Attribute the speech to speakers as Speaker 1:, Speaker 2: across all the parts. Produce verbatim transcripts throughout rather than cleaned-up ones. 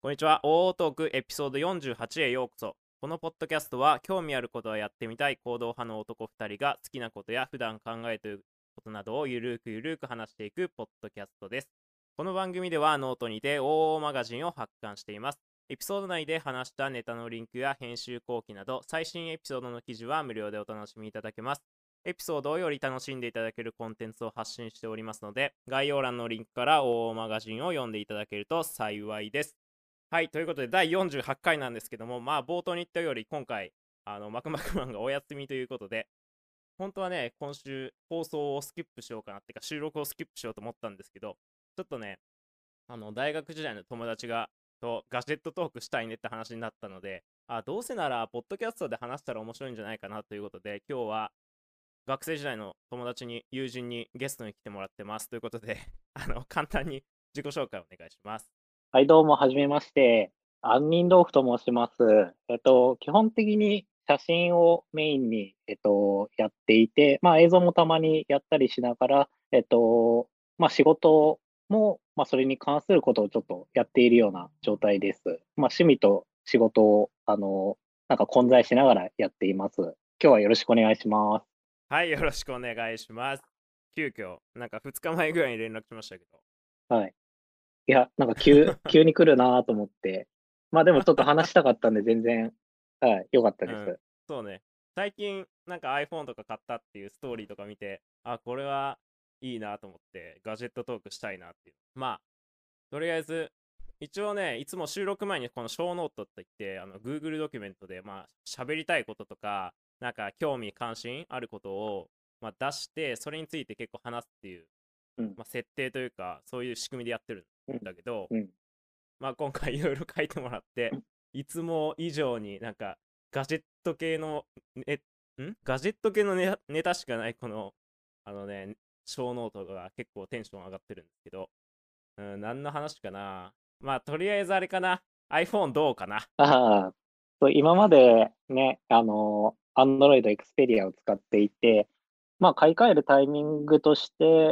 Speaker 1: こんにちは。オートークエピソードよんじゅうはちへようこそ。このポッドキャストは、興味あることはやってみたい行動派の男ふたりが好きなことや普段考えていることなどをゆるくゆるく話していくポッドキャストです。この番組ではノートにて オーオー マガジンを発刊しています。エピソード内で話したネタのリンクや編集後期など、最新エピソードの記事は無料でお楽しみいただけます。エピソードをより楽しんでいただけるコンテンツを発信しておりますので、概要欄のリンクから オーオー マガジンを読んでいただけると幸いです。はい、ということでだいよんじゅうはちかいなんですけども、まあ冒頭に言ったより今回、あのマクマクマンがお休みということで、本当はね、今週放送をスキップしようかなっていうか、収録をスキップしようと思ったんですけど、ちょっとね、あの大学時代の友達がとガジェットトークしたいねって話になったので、あどうせならポッドキャストで話したら面白いんじゃないかなということで、今日は学生時代の友達に友人にゲストに来てもらってますということで、あの簡単に自己紹介をお願いします。
Speaker 2: はい、どうも、はじめまして。杏仁豆腐と申します。えっと、基本的に写真をメインに、えっと、やっていて、まあ、映像もたまにやったりしながら、えっと、まあ、仕事も、まあ、それに関することをちょっとやっているような状態です。まあ、趣味と仕事を、あの、なんか混在しながらやっています。今日はよろしくお願いします。
Speaker 1: はい、よろしくお願いします。急遽、なんかふつかまえぐらいに連絡しましたけど。
Speaker 2: はい。いや、なんか急、急に来るなと思って。まあでもちょっと話したかったんで全然、はい、良かった
Speaker 1: うん、
Speaker 2: です。
Speaker 1: そうね。最近、なんか iPhone とか買ったっていうストーリーとか見て、あ、これはいいなと思って、ガジェットトークしたいなっていう。まあ、とりあえず、一応ね、いつも収録前にこの小ノートって言って、あの Google ドキュメントで、まあ、喋りたいこととか、なんか興味関心あることを、まあ、出して、それについて結構話すっていう、
Speaker 2: うん、
Speaker 1: まあ、設定というか、そういう仕組みでやってるん
Speaker 2: うん、
Speaker 1: だけど、
Speaker 2: うん。
Speaker 1: まあ、今回いろいろ書いてもらって、いつも以上になんかガジェット系の、ね、んガジェット系のネネタしかないこの、あのね、小ノートが結構テンション上がってるんですけど、うん、何の話かな。まあ、とりあえずあれかな。iPhone どうかな。
Speaker 2: ああ、そう今までね、あの、Android Xperia を使っていて、まあ買い替えるタイミングとして、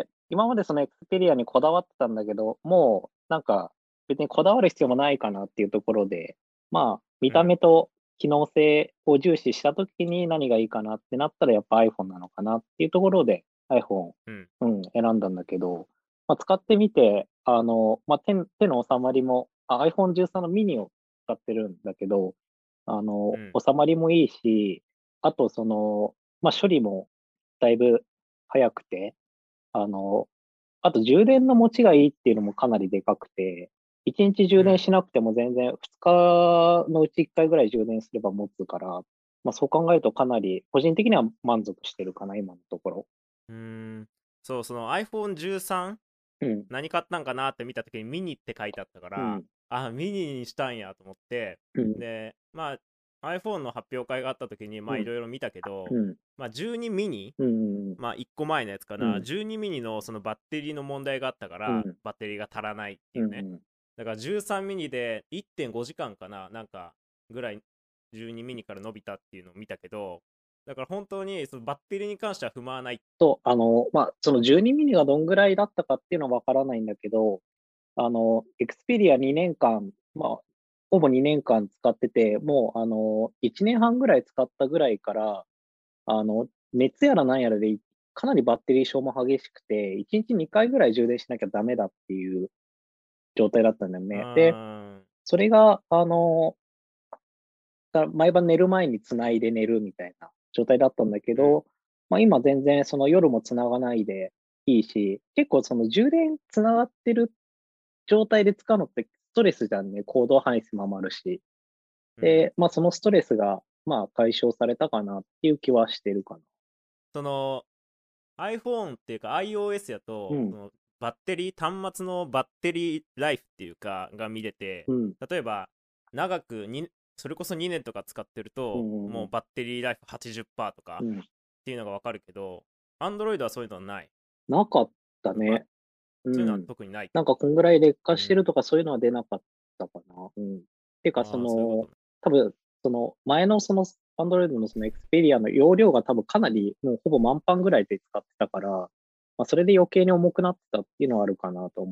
Speaker 2: 今までその Xperia にこだわってたんだけど、もうなんか別にこだわる必要もないかなっていうところで、まあ見た
Speaker 1: うん、
Speaker 2: 目と機能性を重視したときに何がいいかなってなったらやっぱ iPhone なのかなっていうところで iPhone、
Speaker 1: うん、
Speaker 2: うん、選んだんだけど、まあ、使ってみて、あの、まあ、手、手の収まりも、あ アイフォンじゅうさん のミニを使ってるんだけど、あの、
Speaker 1: うん。
Speaker 2: 収まりもいいし、あとその、まあ、処理もだいぶ早くて、あの、あと充電の持ちがいいっていうのもかなりでかくて、いちにち充電
Speaker 1: うん。
Speaker 2: しなくても全然ふつかのうちいっかいぐらい充電すれば持つから、まあそう考えるとかなり個人的には満足してるかな、今のところ。
Speaker 1: うーん。そう、その iPhone じゅうさん
Speaker 2: うん、
Speaker 1: 何買ったんかなって見たときにミニって書いてあったから、
Speaker 2: うん、
Speaker 1: あ、ミニにしたんやと思って、
Speaker 2: うん、
Speaker 1: で、まあ iPhone の発表会があったときに、ま
Speaker 2: うん、
Speaker 1: あいろいろ見たけど、
Speaker 2: うん、
Speaker 1: まあじゅうにミニ、
Speaker 2: うん、
Speaker 1: まあいっこまえのやつかな、
Speaker 2: うん、
Speaker 1: じゅうにミニのそのバッテリーの問題があったから、
Speaker 2: うん、
Speaker 1: バッテリーが足らないっていうね。
Speaker 2: うん、
Speaker 1: だからじゅうさんミニでいってんごじかんかな、なんかぐらいじゅうにミニから伸びたっていうのを見たけど、だから本当にそのバッテリーに関しては不満はない。
Speaker 2: と、あの、まあ、そのじゅうにミニがどんぐらいだったかっていうのはわからないんだけど、あの、Xperia にねんかん、まあ、ほぼにねんかん使ってて、もう、あの、いちねんはんぐらい使ったぐらいから、あの、熱やらなんやらで、かなりバッテリー消耗激しくて、いちにちにかいぐらい充電しなきゃダメだっていう状態だったんだよ
Speaker 1: う
Speaker 2: ね。で、
Speaker 1: ーん。
Speaker 2: それが、あの、だ毎晩寝る前につないで寝るみたいな状態だったんだけ
Speaker 1: うん。
Speaker 2: ど、まあ、今全然その夜もつながないでいいし、結構その充電つながってる状態で使うのってストレスじゃんね。行動範囲狭まるし。
Speaker 1: うん。
Speaker 2: で、まあそのストレスがまあ解消されたかなっていう気はしてるかな。
Speaker 1: その iPhone っていうか iOS やと、そ
Speaker 2: うん、
Speaker 1: のバッテリー、端末のバッテリーライフっていうか、が見れて、
Speaker 2: うん、
Speaker 1: 例えば、長くに、それこそにねんとか使ってると、
Speaker 2: うん、うん、
Speaker 1: もうバッテリーライフはちじゅっパーセントとか
Speaker 2: うん。
Speaker 1: っていうのがわかるけど、Android はそういうのはない。
Speaker 2: なかった
Speaker 1: バ
Speaker 2: ね。う
Speaker 1: そういうのは
Speaker 2: ん。
Speaker 1: 特にないか。
Speaker 2: なんかこんぐらい劣化してる
Speaker 1: うん。
Speaker 2: とかそういうのは出なかったかな。うん。てかそ
Speaker 1: ああ、そういうこ
Speaker 2: の、
Speaker 1: とね。
Speaker 2: 多分、その前のその Android のその Xperia の容量が多分かなりもうほぼ満帆ぐらいで使ってたから、まあそれで余計に重くなってたっていうのはあるかなと思うんだ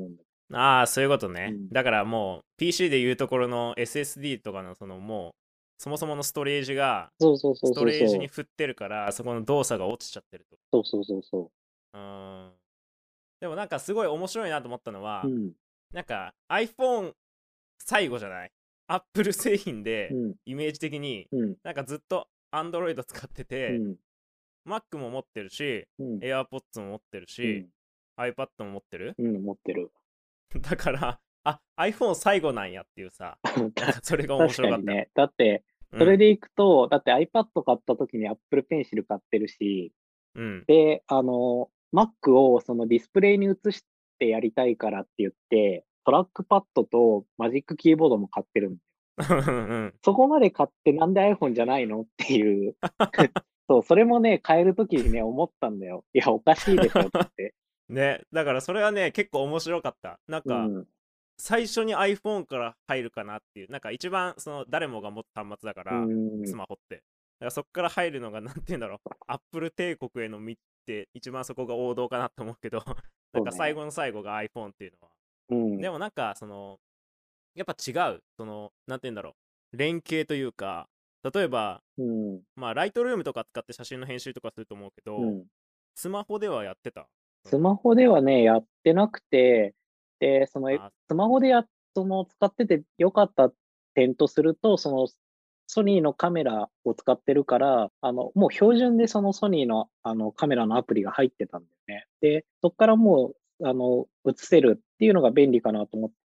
Speaker 1: ああ、そういうこと
Speaker 2: う
Speaker 1: ね。
Speaker 2: ん。
Speaker 1: だからもう ピーシー でいうところの エスエスディー とかのそのもうそもそものストレージが
Speaker 2: そうそうそう
Speaker 1: ストレージに
Speaker 2: そうそう。
Speaker 1: 振ってるからそこの動作が落ちちゃってると。
Speaker 2: そうそうそうそ
Speaker 1: うーん。でもなんかすごい面白いなと思ったの
Speaker 2: う。う
Speaker 1: は、
Speaker 2: ん。
Speaker 1: なんか iPhone 最後じゃない？ Apple 製品で
Speaker 2: うん。
Speaker 1: イメージ的に
Speaker 2: うん。
Speaker 1: なんかずっと Android 使ってて、
Speaker 2: うん。
Speaker 1: Mac も持ってるし、
Speaker 2: うん。
Speaker 1: AirPods も持ってるし、
Speaker 2: うん。
Speaker 1: iPad も持ってる。
Speaker 2: うん。持ってる。
Speaker 1: だから、あ、iPhone 最後なんやっていうさ、なんかそれが面
Speaker 2: 確
Speaker 1: 白かったよ。
Speaker 2: かにね。だって、
Speaker 1: うん、
Speaker 2: それでいくと、だって iPad 買った時に Apple Pencil 買ってるし、
Speaker 1: うん。
Speaker 2: で、あの、Mac をそのディスプレイに映してやりたいからって言って、トラックパッドとマジックキーボードも買ってるん。
Speaker 1: うん。
Speaker 2: そこまで買ってなんで iPhone じゃないのっていう。そう、それもね、買えるときにね、思ったんだよ。いや、おかしいでしょって。
Speaker 1: ね、だからそれはね、結構面白かった。なんか、
Speaker 2: うん。
Speaker 1: 最初に iPhone から入るかなっていう、なんか一番その誰もが持つ端末だか
Speaker 2: う
Speaker 1: ら、ス
Speaker 2: ん。
Speaker 1: マホって。だからそこから入るのが、なんて言うんだろう、Apple 帝国への道って、一番そこが王道かなと思うけど、なんか最
Speaker 2: そうね。
Speaker 1: 後の最後が iPhone っていうのは。
Speaker 2: うん。
Speaker 1: でもなんか、その、やっぱ違う、その、なんて言うんだろう、連携というか、例えば、
Speaker 2: うん。
Speaker 1: まあ、ライトルームとか使って写真の編集とかすると思うけど、
Speaker 2: うん。
Speaker 1: スマホではやってた。その
Speaker 2: スマホではね、やってなくて、で、その、え
Speaker 1: あ、
Speaker 2: スマホでや、その、使ってて良かった点とすると、その、ソニーのカメラを使ってるから、あの、もう標準でそのソニーの、あの、カメラのアプリが入ってたんだよね。で、そこからもう、あの、映せるっていうのが便利かなと思って、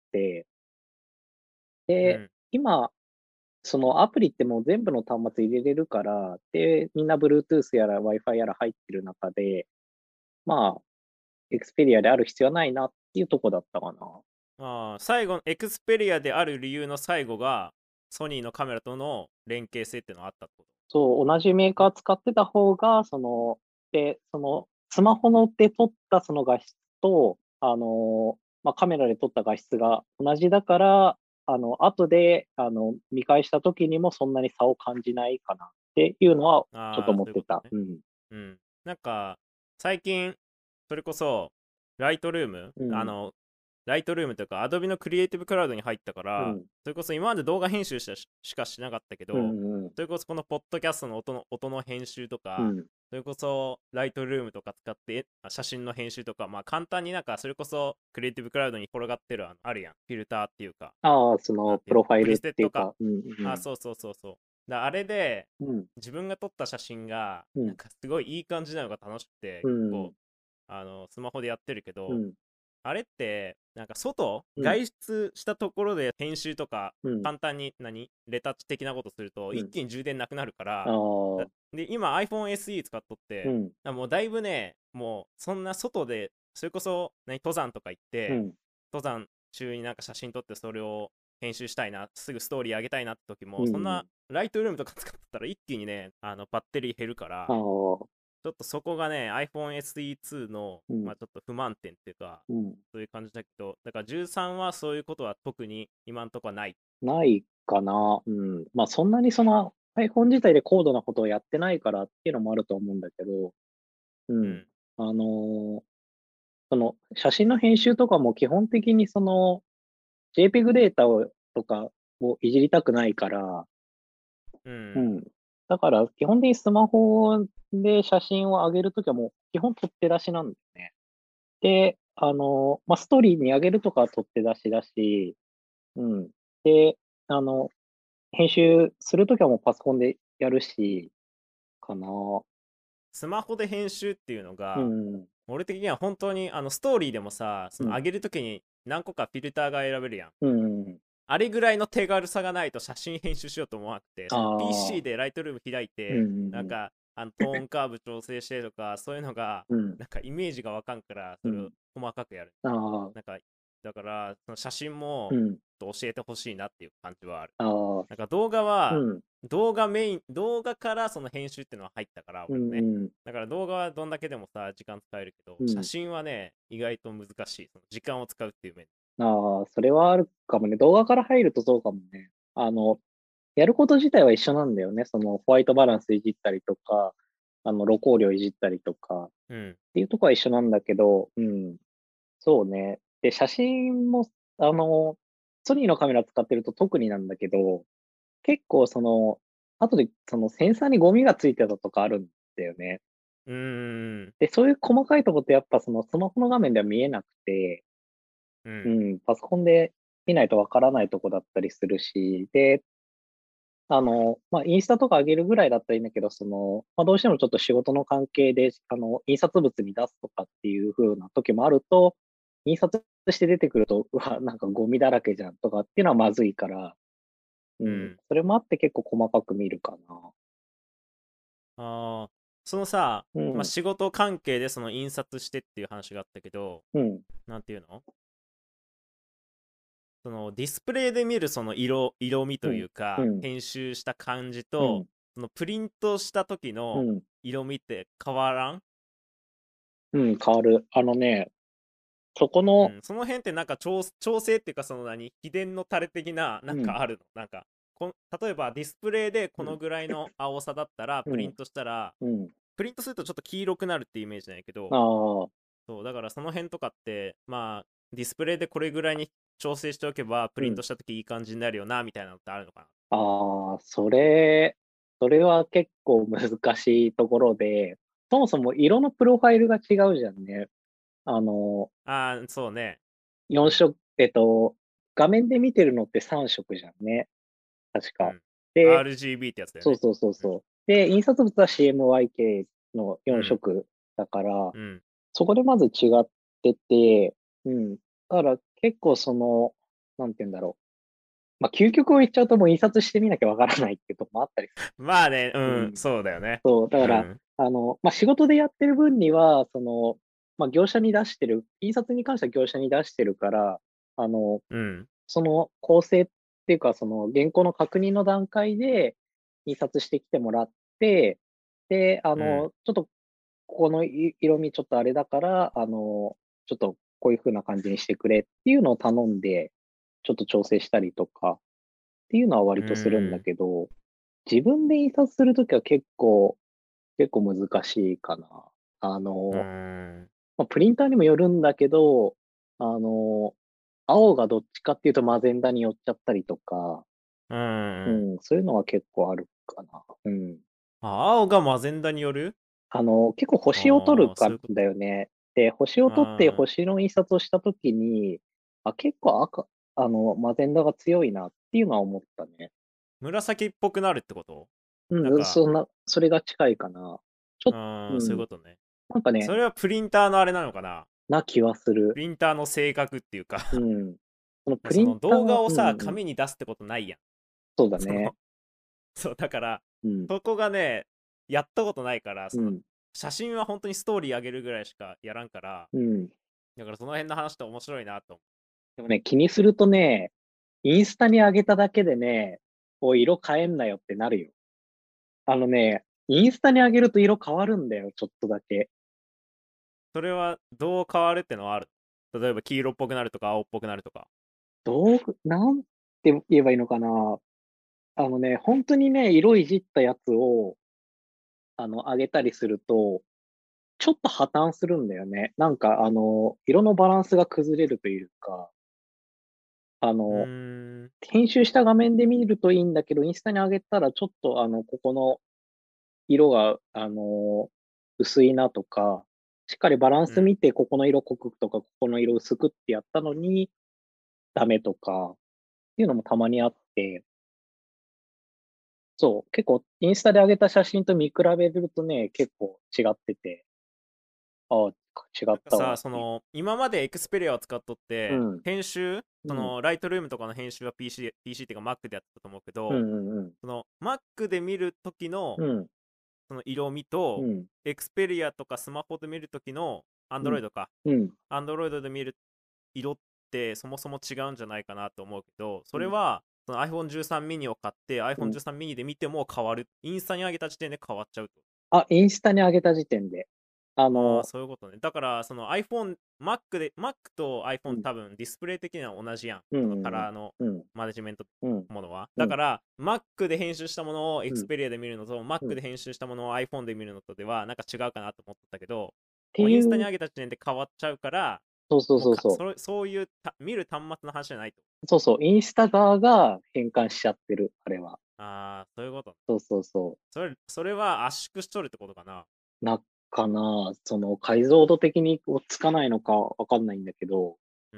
Speaker 2: で、
Speaker 1: うん。
Speaker 2: 今、そのアプリってもう全部の端末入れれるから、で、みんな Bluetooth やら Wi-Fi やら入ってる中で、まあ、Xperia である必要はないなっていうとこだったかな。
Speaker 1: ああ、最後のエクスペリアである理由の最後が、ソニーのカメラとの連携性っていうのがあったってこ
Speaker 2: そう、同じメーカー使ってた方が、その、で、その、スマホので撮ったその画質と、あの、まあ、カメラで撮った画質が同じだから、あの、後で、あの、見返した時にもそんなに差を感じないかなっていうのは、
Speaker 1: と？
Speaker 2: ちょっと
Speaker 1: ああ、
Speaker 2: 思ってた。
Speaker 1: そういうことね。
Speaker 2: うん。
Speaker 1: うん。なんか、最近、それこそ、ライトルーム、
Speaker 2: うん。
Speaker 1: あの、ライトルームというか、Adobe のクリエイティブクラウドに入ったから、
Speaker 2: うん。
Speaker 1: それこそ今まで動画編集しししかしなかったけ
Speaker 2: う
Speaker 1: ど、
Speaker 2: ん。うん。
Speaker 1: それこそこのポッドキャストの音の音の編集とか、
Speaker 2: うん。
Speaker 1: それこそライトルームとか使ってあ写真の編集とか、まあ簡単になんかそれこそクリエイティブクラウドに転がってるあのあるやん、フィルターっていうか、
Speaker 2: ああ、その、
Speaker 1: なんていうの、プリ
Speaker 2: プロファイルっ
Speaker 1: セットか。
Speaker 2: ていうか、うん。う
Speaker 1: あ、
Speaker 2: ん。
Speaker 1: そうそうそうそう。だあれで
Speaker 2: うん。
Speaker 1: 自分が撮った写真が
Speaker 2: うん。
Speaker 1: なんかすごいいい感じなのが楽しくて、
Speaker 2: うん。
Speaker 1: 結構あのスマホでやってるけど、
Speaker 2: うん。
Speaker 1: あれってなんか外
Speaker 2: うん。
Speaker 1: 外出したところで編集とか
Speaker 2: うん。
Speaker 1: 簡単に何レタッチ的なことすると
Speaker 2: うん。
Speaker 1: 一気に充電なくなるか
Speaker 2: あ
Speaker 1: ら、だ
Speaker 2: あ。
Speaker 1: で今 iPhone エスイー 使っとって
Speaker 2: うん。
Speaker 1: あもうだいぶね、もうそんな外でそれこそ何登山とか行って
Speaker 2: うん。
Speaker 1: 登山中になんか写真撮ってそれを編集したいな、すぐストーリー上げたいなって時もそんな
Speaker 2: うん。
Speaker 1: ライトルームとか使ってたら一気にね、あのバッテリー減るか
Speaker 2: あ
Speaker 1: ら、
Speaker 2: あ。
Speaker 1: ちょっとそこがね、iPhone エスイーツー の、
Speaker 2: うん。
Speaker 1: まあ、ちょっと不満点っていうか、
Speaker 2: うん。
Speaker 1: そういう感じだけど、だからじゅうさんはそういうことは特に今んとこはない。
Speaker 2: ないかな。うん。まあ、そんなにその iPhone 自体で高度なことをやってないからっていうのもあると思うんだけど、うん。
Speaker 1: うん。
Speaker 2: あのーその写真の編集とかも基本的にその JPEG データをとかをいじりたくないから、
Speaker 1: うん。
Speaker 2: うん。だから基本的にスマホで写真を上げるときはもう基本取って出しなんだよね。で、あの、まあ、ストーリーに上げるとかは取って出しだし、うん。で、あの、編集するときはもうパソコンでやるし、かな。
Speaker 1: スマホで編集っていうのが、
Speaker 2: うん。
Speaker 1: 俺的には本当にあのストーリーでもさ、そ
Speaker 2: うん。
Speaker 1: の上げるときに何個かフィルターが選べるやん。
Speaker 2: うん。
Speaker 1: あれぐらいの手軽さがないと写真編集しようと思わなくて、
Speaker 2: あ
Speaker 1: その ピーシー
Speaker 2: あ。
Speaker 1: でライトルーム開い
Speaker 2: うん
Speaker 1: て、なん
Speaker 2: うん
Speaker 1: かあのトーンカーブ調整してとか、そういうのが、
Speaker 2: うん。うん。
Speaker 1: なんかイメージがわかんから、それを
Speaker 2: うん。
Speaker 1: 細かくやる。
Speaker 2: ああ。
Speaker 1: なんか、だから、その写真も
Speaker 2: うん。
Speaker 1: ちょっと教えてほしいなっていう感じはある。
Speaker 2: ああ。
Speaker 1: なんか動画は、
Speaker 2: うん。
Speaker 1: 動画メイン、動画からその編集っていうのは入ったから、
Speaker 2: う
Speaker 1: 俺もね。
Speaker 2: んうん。
Speaker 1: だから動画はどんだけでもさ、時間使えるけど、写
Speaker 2: うん。
Speaker 1: 真はね、意外と難しい。その時間を使うっていう面。
Speaker 2: ああ、それはあるかもね。動画から入るとそうかもね。あの、やること自体は一緒なんだよね。そのホワイトバランスいじったりとか、あの、露光量いじったりとかっ
Speaker 1: うん。
Speaker 2: ていうとこは一緒なんだけど、うん。そうね。 で、写真も、あの、ソニーのカメラ使ってると特になんだけど、結構その、後でそのセンサーにゴミがついてたとかあるんだよね。
Speaker 1: うーん。
Speaker 2: で、そういう細かいとこってやっぱそのスマホの画面では見えなくて、
Speaker 1: うん。
Speaker 2: うん、パソコンで見ないとわからないとこだったりするし、で、あの、まあ、インスタとか上げるぐらいだったらいいんだけど、その、まあ、どうしてもちょっと仕事の関係で、あの、印刷物に出すとかっていう風な時もあると、印刷して出てくると、うわ、なんかゴミだらけじゃんとかっていうのはまずいから、うん、
Speaker 1: うん。
Speaker 2: それもあって結構細かく見るかな。
Speaker 1: ああ、そのさ、まあ、
Speaker 2: うん、
Speaker 1: 仕事関係でその印刷してっていう話があったけど、
Speaker 2: うん、
Speaker 1: なんていうのそのディスプレイで見るその色、色味とい
Speaker 2: うん、
Speaker 1: うか、
Speaker 2: うん、
Speaker 1: 編集した感じと、
Speaker 2: うん、
Speaker 1: そのプリントした時の
Speaker 2: うん、
Speaker 1: 色味って変わらん？
Speaker 2: うん、変わる。あのね、そこの、
Speaker 1: うん、その辺ってなんか調、調整っていうかその何秘伝のタレ的なな
Speaker 2: うん、
Speaker 1: んかあるのなんかこん例えばディスプレイでこ
Speaker 2: うん、
Speaker 1: のぐらいの青さだったら
Speaker 2: うん、
Speaker 1: プリントしたら
Speaker 2: うん、
Speaker 1: プリントするとちょっと黄色くなるってイメージなんやけど、
Speaker 2: ああ、
Speaker 1: そうだからその辺とかってまあディスプレイでこれぐらいに調整しておけばプ
Speaker 2: うん。
Speaker 1: リントした時いい感じになるよなみたいなのってあるのか
Speaker 2: ああ、それ、それは結構難しいところで、そもそも色のプロファイルが違うじゃんね。あの、
Speaker 1: な？ああーそうね。う
Speaker 2: よん
Speaker 1: ん
Speaker 2: 色、えっと、画面で見てるのってさん色じゃんね。確か。
Speaker 1: うん。
Speaker 2: で、
Speaker 1: アールジービー ってやつだよね。
Speaker 2: そうそうそう
Speaker 1: うん
Speaker 2: そう。で、印刷物は シーエムワイケー のよん
Speaker 1: うん
Speaker 2: 色だから、
Speaker 1: うん
Speaker 2: そこでまず違ってて、うん。だから結構その、なんて言うんだろう。まあ、究極を言っちゃうともう印刷してみなきゃわからないっていうとこもあったりす
Speaker 1: まあね、う
Speaker 2: る。う
Speaker 1: ん、
Speaker 2: ん。
Speaker 1: そうだよね。
Speaker 2: そう、だから、
Speaker 1: うん
Speaker 2: あの、まあ、仕事でやってる分には、その、まあ、業者に出してる、印刷に関しては業者に出してるから、あの、
Speaker 1: うん
Speaker 2: その構成っていうか、その原稿の確認の段階で印刷してきてもらって、で、あ
Speaker 1: うん
Speaker 2: の、ちょっと、ここのい色味ちょっとあれだから、あの、ちょっとこういう風な感じにしてくれっていうのを頼んで、ちょっと調整したりとかっていうのは
Speaker 1: う
Speaker 2: 割とするんだ
Speaker 1: ん
Speaker 2: けど、自分で印刷するときは結構、結構難しいかな。あ
Speaker 1: う
Speaker 2: の、
Speaker 1: ん
Speaker 2: まあ、プリンターにもよるんだけど、あの、青がどっちかっていうとマゼンダに寄っちゃったりとか、
Speaker 1: うん。
Speaker 2: うん、そういうのは結構あるかな。うん。
Speaker 1: あ、青がマゼンダによる？
Speaker 2: あの、結構星を取る
Speaker 1: ああ、
Speaker 2: か
Speaker 1: そういうこと。
Speaker 2: だよね。で、星を取って
Speaker 1: あ
Speaker 2: 星の印刷をしたときに、あ、結構赤、あの、マゼンダが強いなっていうのは思ったね。
Speaker 1: 紫っぽくなるってこと？なん
Speaker 2: うん、
Speaker 1: か、
Speaker 2: そんな、それが近いかな。ちょっ
Speaker 1: ああ、
Speaker 2: うん、
Speaker 1: そういうことね。
Speaker 2: なんかね、
Speaker 1: それはプリンターのあれなのかな？
Speaker 2: な気はする。
Speaker 1: プリンターの性格っていうか
Speaker 2: うん。そのプ
Speaker 1: そ
Speaker 2: リンター、
Speaker 1: の動画をさ、
Speaker 2: うんうん、
Speaker 1: 紙に出すってことないやん。
Speaker 2: そうだ
Speaker 1: その、
Speaker 2: ね。
Speaker 1: そう、だから、
Speaker 2: うん、
Speaker 1: そこがね、やったことないから、その、
Speaker 2: うん、
Speaker 1: 写真は本当にストーリー上げるぐらいしかやらんから、
Speaker 2: うん。
Speaker 1: だからその辺の話って面白いなと思
Speaker 2: でもね、気にするとね、インスタに上げただけでね、おい、色変えんなよってなるよ。あのね、インスタに上げると色変わるんだよ、ちょっとだけ。
Speaker 1: う。それはどう変わるってのはある？例えば黄色っぽくなるとか青っぽくなるとか。
Speaker 2: どう、なんて言えばいいのかな。あのね、本当にね、色いじったやつを、あの、上げたりすると、ちょっと破綻するんだよね。なんか、あの、色のバランスが崩れるというか、あ
Speaker 1: う
Speaker 2: の、
Speaker 1: ーん、
Speaker 2: 編集した画面で見るといいんだけど、インスタに上げたらちょっと、あの、ここの色が、あの、薄いなとか、しっかりバラン
Speaker 1: うん。
Speaker 2: ス見て、ここの色濃くとか、ここの色薄くってやったのに、ダメとか、っていうのもたまにあって、そう、結構、インスタで上げた写真と見比べるとね、結構違ってて、ああ、違ったわ
Speaker 1: なんかさ、
Speaker 2: っていう。
Speaker 1: その、今までエクスペリアを使っとって、
Speaker 2: うん、
Speaker 1: 編集、そ
Speaker 2: うん、
Speaker 1: の、ライトルームとかの編集は ピーシー、ピーシー っていうか Mac でやってたと思うけ
Speaker 2: うん、
Speaker 1: ど、
Speaker 2: うん、うん、
Speaker 1: その、Mac で見るときの、
Speaker 2: うん、
Speaker 1: その色味と、
Speaker 2: うん、
Speaker 1: エクスペリアとかスマホで見るときの、
Speaker 2: うん、
Speaker 1: Android か。
Speaker 2: うん、
Speaker 1: Android で見る色ってそもそも違うんじゃないかなと思うけど、そ
Speaker 2: うん、
Speaker 1: れは、その アイフォンじゅうさん mini を買って
Speaker 2: うん。
Speaker 1: アイフォンじゅうさん mini で見ても変わる。インスタに上げた時点で変わっちゃうと。
Speaker 2: あ、インスタに上げた時点で。あ
Speaker 1: ああ、
Speaker 2: の、
Speaker 1: そういうことね。だから、その iPhone、Mac で、Mac と
Speaker 2: う
Speaker 1: iPhone
Speaker 2: ん、
Speaker 1: 多分ディスプレイ的には同じやん。
Speaker 2: うん、
Speaker 1: そのカ
Speaker 2: うん、
Speaker 1: ラーの
Speaker 2: うん、
Speaker 1: マネジメント
Speaker 2: うん、
Speaker 1: ものは。
Speaker 2: うん、
Speaker 1: だから、Mac で編集したものを
Speaker 2: うん、
Speaker 1: Xperia で見るのと、
Speaker 2: うん。
Speaker 1: Mac
Speaker 2: っ
Speaker 1: で編集したものを iPhone で見るのとでは、なんか違うかなと思ったけど、
Speaker 2: ていう、
Speaker 1: もうインスタに上げた時点で変わっちゃうから、
Speaker 2: そうそう
Speaker 1: もうか
Speaker 2: そうそ
Speaker 1: そそういうた見る端末の話じゃないと。
Speaker 2: う。そうそう。インスタ側が変換しちゃってる、あれは。
Speaker 1: ああ、そういうこと。
Speaker 2: そうそうそ
Speaker 1: それ、それは圧縮しとるってことかな。
Speaker 2: う。な、かな、その解像度的にこうつかないのかわかんないんだけど、
Speaker 1: うん。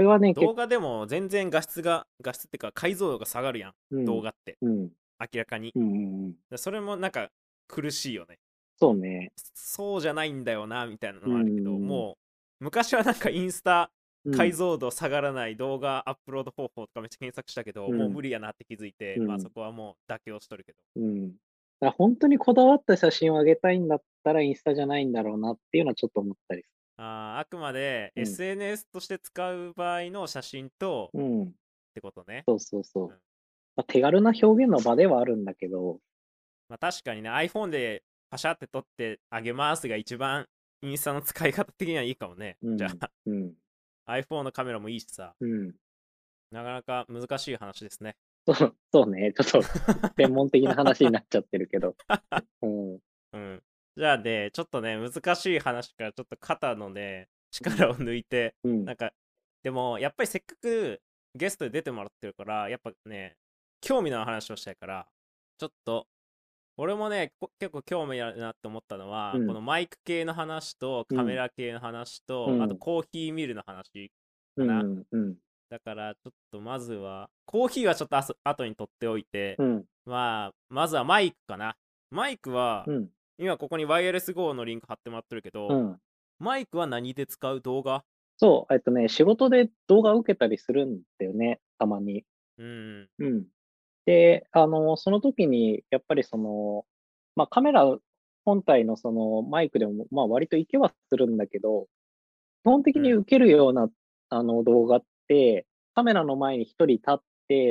Speaker 2: これはね、結
Speaker 1: 動画でも全然画質が、画質っていうか解像度が下がるやん。
Speaker 2: 構、うん、
Speaker 1: 動画って。
Speaker 2: うん、
Speaker 1: 明らかに。
Speaker 2: うん、うんうん。
Speaker 1: でそれもなんか苦しいよね。
Speaker 2: そうね。
Speaker 1: そうじゃないんだよな、みたいな
Speaker 2: う
Speaker 1: のはあるけど、
Speaker 2: ん、
Speaker 1: もう、昔はなんかインスタ
Speaker 2: うん、
Speaker 1: 解像度下がらない動画アップロード方法とかめっちゃ検索したけど、
Speaker 2: うん、
Speaker 1: もう無理やなって気づいて、
Speaker 2: うん、
Speaker 1: まあそこはもう妥協しとるけど。
Speaker 2: うん。だから本当にこだわった写真を上げたいんだったらインスタじゃないんだろうなっていうのはちょっと思ったりす
Speaker 1: あーあくまで
Speaker 2: る。うん、
Speaker 1: エスエヌエス として使う場合の写真と
Speaker 2: うん。
Speaker 1: ってことね。
Speaker 2: そうそうそう。
Speaker 1: うん、
Speaker 2: まあ、手軽な表現の場ではあるんだけど、
Speaker 1: まあ確かにね、iPhone でパシャって撮ってあげますが一番インスタの使い方的にはいいかもね。
Speaker 2: うん、
Speaker 1: じゃあ
Speaker 2: うん、
Speaker 1: iPhone のカメラもいいしさ、
Speaker 2: うん。
Speaker 1: なかなか難しい話ですね。
Speaker 2: そう、そうね。ちょっと専門的な話になっちゃってるけど。うん、
Speaker 1: うん。じゃあね、ちょっとね、難しい話からちょっと肩のね、
Speaker 2: うん、
Speaker 1: 力を抜いて、
Speaker 2: うん、
Speaker 1: なんか、でも、やっぱりせっかくゲストで出てもらってるから、やっぱね、興味のある話をしたいから、ちょっと、俺もね、こ結構興味あるなって思ったのは、こ
Speaker 2: うん、
Speaker 1: のマイク系の話とカメ
Speaker 2: うん、
Speaker 1: ラ系の話と、あと
Speaker 2: うん、
Speaker 1: コーヒーミルの話かな。
Speaker 2: うん、うん、
Speaker 1: だからちょっとまずは、コーヒーはちょっとあそ後に取っておいて、
Speaker 2: うん、
Speaker 1: まあ、まずはマイクかな。マイクは、
Speaker 2: うん、
Speaker 1: 今ここにワイヤレス ゴー のリンク貼ってもらってるけど、
Speaker 2: うん。
Speaker 1: マイクは何で使う動画？
Speaker 2: そう、えっとね、仕事で動画を受けたりするんだよね、たまに。
Speaker 1: うん。
Speaker 2: うん。で、あの、その時に、やっぱりその、まあ、カメラ本体のそのマイクでも、まあ、割といけはするんだけど、基本的
Speaker 1: うん。
Speaker 2: に受けるような、あの、動画って、カメラの前に一人立って、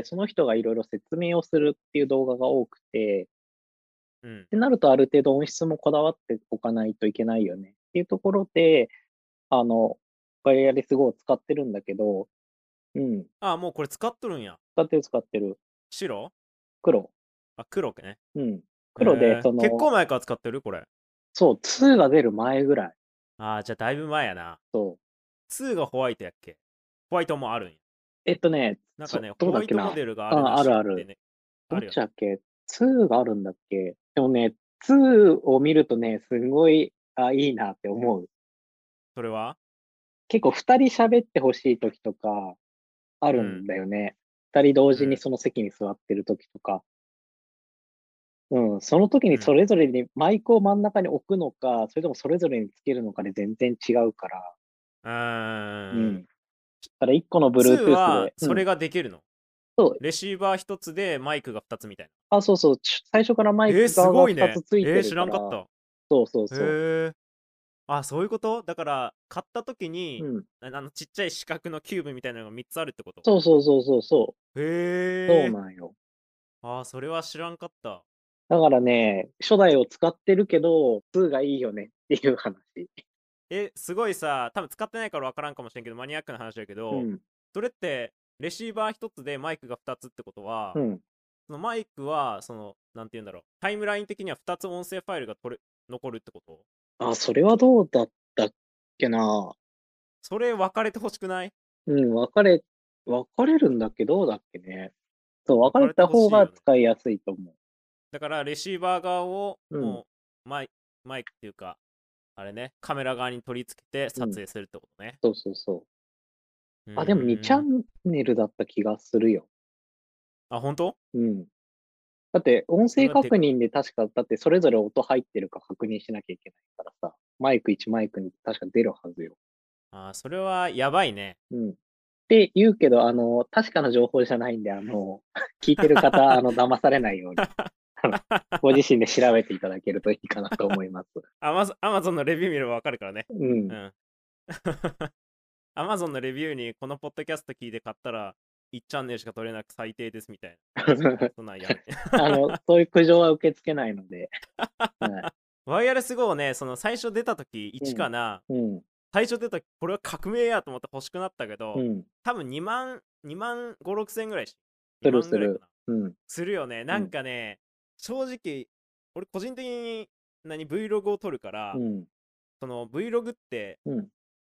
Speaker 2: その人がいろいろ説明をするっていう動画が多くて、
Speaker 1: うん。
Speaker 2: ってなるとある程度音質もこだわっておかないといけないよねっていうところで、あの、ワイヤレス ゴー を使ってるんだけど、うん、
Speaker 1: あ、もうこれ使っとるんや。
Speaker 2: 使ってる使ってる。
Speaker 1: 白？
Speaker 2: 黒。
Speaker 1: あ、黒ね。
Speaker 2: うん。黒で、
Speaker 1: へえ。
Speaker 2: その、
Speaker 1: 結構前から使ってるこれ。
Speaker 2: そう、ツーが出る前ぐらい。
Speaker 1: ああ、じゃあだいぶ前やな。
Speaker 2: そう。
Speaker 1: ツーがホワイトやっけ？ホワイトもあるんや。
Speaker 2: えっとね、そう、
Speaker 1: なんかね、
Speaker 2: どう
Speaker 1: ホワイトモ
Speaker 2: だっけな。
Speaker 1: デルがあるら
Speaker 2: あ、あるある。
Speaker 1: しいってね。
Speaker 2: どっ
Speaker 1: あるよね。
Speaker 2: ちだっけ？ ツー があるんだっけ？でもね、ツーを見るとね、すごい、あ、いいなって思う。
Speaker 1: それは？
Speaker 2: 結構二人喋ってほしい時とか、あるん
Speaker 1: うん。
Speaker 2: だよね。二人同
Speaker 1: うん。
Speaker 2: 時にその席に座ってる時とか。うん、その時
Speaker 1: うん。
Speaker 2: にそれぞれにマイクを真ん中に置くのか、それともそれぞれにつけるのかで全然違うから。
Speaker 1: うーん。
Speaker 2: うん。だから一個の
Speaker 1: ツー
Speaker 2: Bluetooth で、うん。
Speaker 1: はそれができるの？
Speaker 2: そう、
Speaker 1: レシーバー一つでマイクが二つみたいな。
Speaker 2: あ、そうそう、ち最初からマイ
Speaker 1: えー、
Speaker 2: ク
Speaker 1: す
Speaker 2: 側が二つ
Speaker 1: ごいね。
Speaker 2: ついて
Speaker 1: えー、知ら
Speaker 2: るから、
Speaker 1: んかった。
Speaker 2: そうそうそ
Speaker 1: へえ。あ、そういうこと？だから、買った時
Speaker 2: う。
Speaker 1: に、
Speaker 2: うん。
Speaker 1: ああの、ちっちゃい四角のキューブみたいなのがみっつあるってこと？
Speaker 2: そうそうそうそうそう。そう
Speaker 1: へえ。
Speaker 2: なんよ。
Speaker 1: あー、それは知らんかった。
Speaker 2: だからね、初代を使ってるけど、ツーがいいよねっていう話。
Speaker 1: え、すごいさ、多分使ってないから分からんかもしれんけど、マニアックな話だけど、
Speaker 2: うん、
Speaker 1: それって、レシーバー一つでマイクが二つってことは、
Speaker 2: うん。
Speaker 1: そのマイクは、その、なんて言うんだろう、タイムライン的には二つ音声ファイルが取れ残るってこと？
Speaker 2: あ、それはどうだったっけな。
Speaker 1: それ分かれてほしくない？
Speaker 2: うん、分かれ、分かれるんだっけどうだっけね。そう、分かれ
Speaker 1: 分かれて
Speaker 2: た方が
Speaker 1: ほしいよね。
Speaker 2: 使いやすいと思
Speaker 1: だから、レシーバー側を、
Speaker 2: う。うん、
Speaker 1: もう、マイマイクっていうか、あれね、カメラ側に取り付けて
Speaker 2: うん。
Speaker 1: 撮影するってことね。
Speaker 2: そうそうそう。
Speaker 1: う
Speaker 2: あ、でもにチャ
Speaker 1: ーん。
Speaker 2: ンネルだった気がするよ。
Speaker 1: あ、本当？
Speaker 2: うん。だって、音声
Speaker 1: それはで、
Speaker 2: 確認で確か、だってそれぞれ音入ってるか確認しなきゃいけないからさ、マイクいちマイクに確か出るはずよ。
Speaker 1: あ、それはやばいね。
Speaker 2: うん。って言うけど、あの、確かな情報じゃないんで、あの、聞いてる方、あの、騙されないように、あの、ご自身で調べていただけるといいかなと思います。
Speaker 1: アマゾン、アマゾンのレビュー見ればわかるからね。
Speaker 2: うん。
Speaker 1: うん。アマゾンのレビューにこのポッドキャスト聞いて買ったらいちチャンネルしか取れなく最低ですみたいな。そんなんやめて。
Speaker 2: あの、そういう苦情は受け付けないので、はい。
Speaker 1: ワイヤレス ゴー ね、その最初出た時いち
Speaker 2: うん。
Speaker 1: かな。
Speaker 2: うん。
Speaker 1: 最初出た時これは革命やと思って欲しくなったけど、
Speaker 2: うん。
Speaker 1: 多分にまん、にまんご、ろくせんぐらいし。
Speaker 2: す
Speaker 1: 2
Speaker 2: るする。
Speaker 1: 万ぐらいかな。
Speaker 2: うん。
Speaker 1: するよね。なん
Speaker 2: うん。
Speaker 1: かね、正直、俺個人的に何 Vlog を撮るから、
Speaker 2: うん。
Speaker 1: その Vlog って
Speaker 2: うん。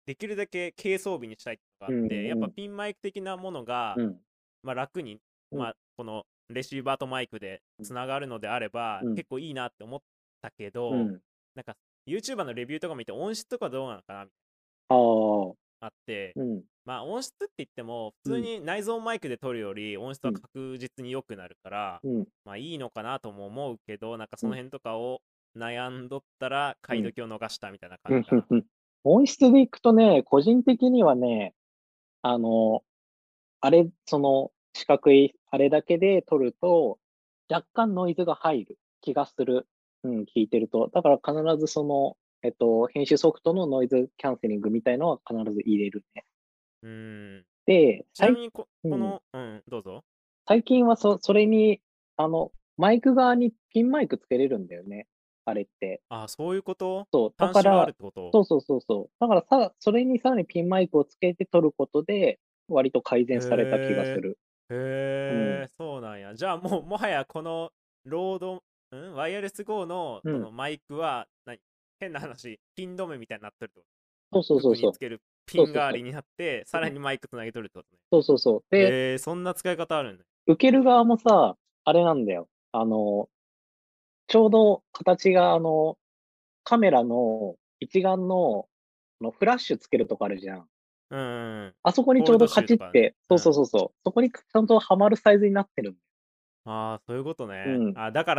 Speaker 1: できるだけ軽装備にしたいってのがあ
Speaker 2: うん
Speaker 1: って、やっぱ
Speaker 2: うん
Speaker 1: ピンマイク的なものが、
Speaker 2: うん
Speaker 1: まあ、楽に、
Speaker 2: うん
Speaker 1: まあ、このレシーバーとマイクでつながるのであれば、
Speaker 2: うん
Speaker 1: 結構いいなって思ったけど、
Speaker 2: うん
Speaker 1: なんか YouTuber のレビューとか見て音質とかどうなのかなみたい
Speaker 2: ああ、
Speaker 1: なあって、
Speaker 2: うん
Speaker 1: まあ音質って言っても普通
Speaker 2: うん
Speaker 1: に内蔵マイクで撮るより音質は
Speaker 2: うん
Speaker 1: 確実に良くなるから、
Speaker 2: うん
Speaker 1: まあいいのかなとも思うけど、なんか
Speaker 2: うん
Speaker 1: その辺とかを悩んどったら買い
Speaker 2: うん
Speaker 1: 時を逃したみたいな感
Speaker 2: うん
Speaker 1: じかな。
Speaker 2: うん。音質でいくとね、個人的にはね、あの、あれ、その四角いあれだけで撮ると、若干ノイズが入る気がする。うん、聞いてると。だから必ずその、えっと、編集ソフトのノイズキャンセリングみたいのは必ず入れるね。
Speaker 1: うーん。
Speaker 2: で、最、
Speaker 1: ちなみにこ、
Speaker 2: うん、
Speaker 1: この、うん、どうぞ。
Speaker 2: 最近はそ、それに、あの、マイク側にピンマイクつけれるんだよね。あれって。
Speaker 1: あ、そういうこと？
Speaker 2: そう。だ
Speaker 1: 端子がある
Speaker 2: から、
Speaker 1: ってこと？
Speaker 2: そうそうそうそう。だからさ、それにさらにピンマイクをつけて撮ることで、割と改善された気がす
Speaker 1: へ
Speaker 2: る。
Speaker 1: え、
Speaker 2: うん。
Speaker 1: へえ、そうなんや。じゃあもう、もはやこのロード、んワイヤレス ゴー の
Speaker 2: うん。
Speaker 1: そのマイクは、何変な話、ピン止めみたいになってるってこ
Speaker 2: そうそう
Speaker 1: と？
Speaker 2: そうそう。
Speaker 1: 服につけるピン
Speaker 2: そうそうそう。
Speaker 1: 代わりになって、さらにマイクつなげとるってことね。
Speaker 2: そうそうそう。で、
Speaker 1: へえ、そんな使い方あるんだ。
Speaker 2: 受ける側もさ、あれなんだよ。あの、ちょうど形が、あの、カメラの一眼の、あのフラッシュつけるとこあるじゃん。
Speaker 1: うんうんうん。
Speaker 2: あそこに
Speaker 1: フォールド
Speaker 2: ちょうどカ
Speaker 1: 集とかね。
Speaker 2: チって、そうそう
Speaker 1: うん。
Speaker 2: そうそう。そこにちゃんとはまるサイズになってるんだ
Speaker 1: ああ、そういうこと
Speaker 2: よ。う
Speaker 1: ね。
Speaker 2: ん。
Speaker 1: あ、だから、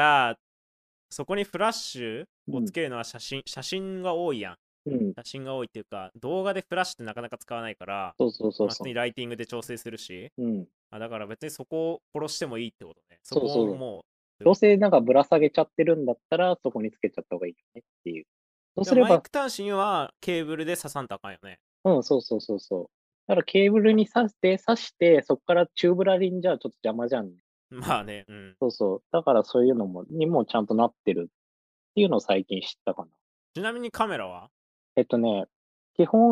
Speaker 1: そこにフラッシュ
Speaker 2: うん。
Speaker 1: をつけるのは写真、写真が多いやん。
Speaker 2: うん。
Speaker 1: 写真が多いっていうか、動画でフラッシュってなかなか使わないから、
Speaker 2: そうそうそう
Speaker 1: まあ、普通
Speaker 2: そ
Speaker 1: にライティングで調整するし、
Speaker 2: う。うん。
Speaker 1: あ、だから別にそこを殺してもいいってことね。そこを
Speaker 2: そうそう。
Speaker 1: もう、そういう
Speaker 2: どう
Speaker 1: こと。
Speaker 2: せなんかぶら下げちゃってるんだったら、そこにつけちゃった方がいいよねっていう。そう
Speaker 1: でもマイ
Speaker 2: すれば、
Speaker 1: ク端子にはケーブルで刺さんとあかんよね。
Speaker 2: うん、そうそうそうそう。だからケーブルに挿して、挿して、そこからチューブラリンじゃちょっと邪魔じゃんね。
Speaker 1: まあね、うん。
Speaker 2: そうそう。だからそういうのも、にもちゃんとなってるっていうのを最近知ったかな。
Speaker 1: ちなみにカメラは？
Speaker 2: えっとね、基本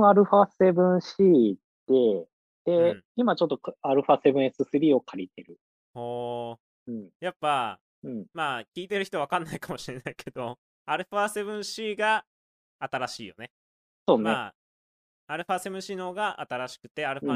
Speaker 2: α7C で、で、
Speaker 1: うん。
Speaker 2: 今ちょっと α7S3 を借りてる。
Speaker 1: ほー。
Speaker 2: うん、
Speaker 1: やっぱ、
Speaker 2: うん。
Speaker 1: まあ、聞いてる人わかんないかもしれないけど、アルファセブンシー が新しいよね。
Speaker 2: そうね。
Speaker 1: まあ、α7C の方が新しくて、
Speaker 2: うん、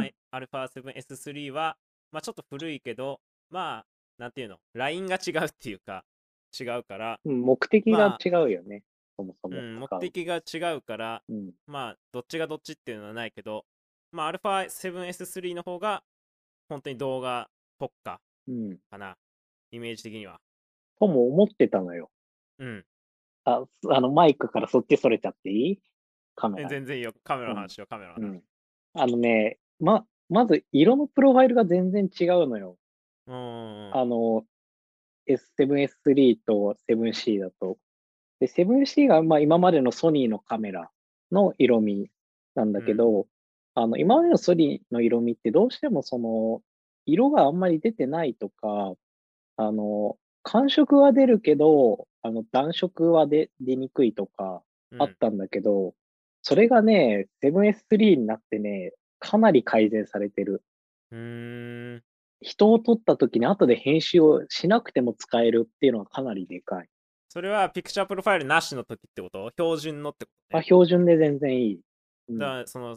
Speaker 1: α7S3 は、まあちょっと古いけど、まあ、なんていうの、ラインが違うっていうか、違うから、
Speaker 2: うん目的が
Speaker 1: ま
Speaker 2: 違うよね。そもそ
Speaker 1: あ、う
Speaker 2: も
Speaker 1: ん、目
Speaker 2: 使う。
Speaker 1: 的が違うから、
Speaker 2: うん、
Speaker 1: まあ、どっちがどっちっていうのはないけど、まあ、α7S3 の方が、本当に動画特化
Speaker 2: うん。
Speaker 1: かな、イメージ的には。
Speaker 2: とも思ってたのよ。
Speaker 1: うん。
Speaker 2: あ、あの、マイクからそっちそれちゃっていいカメ
Speaker 1: え
Speaker 2: ラに。
Speaker 1: 全然いいよ。カメラ
Speaker 2: うん、
Speaker 1: の話しよう、カメラの話。
Speaker 2: うん。あのね、ま、まず色のプロファイルが全然違うのよ。
Speaker 1: うーん。
Speaker 2: あの、エスセブンエススリー と セブンシー だと。で、セブンシー がまあ今までのソニーのカメラの色味なんだ
Speaker 1: うん。
Speaker 2: けど、あの、今までのソニーの色味ってどうしてもその、色があんまり出てないとか、あの、感触は出るけど、あの、暖色は出、出にくいとか
Speaker 1: うん。
Speaker 2: あったんだけど、それがね、セブンエススリー になってね、かなり改善されてる。
Speaker 1: うーん。
Speaker 2: 人を撮った時に後で編集をしなくても使えるっていうのはかなりでかい。
Speaker 1: それはピクチャープロファイルなしの時ってこと？標準のってこと
Speaker 2: あ、
Speaker 1: ね。
Speaker 2: 標準で全然いい。うん。
Speaker 1: だからその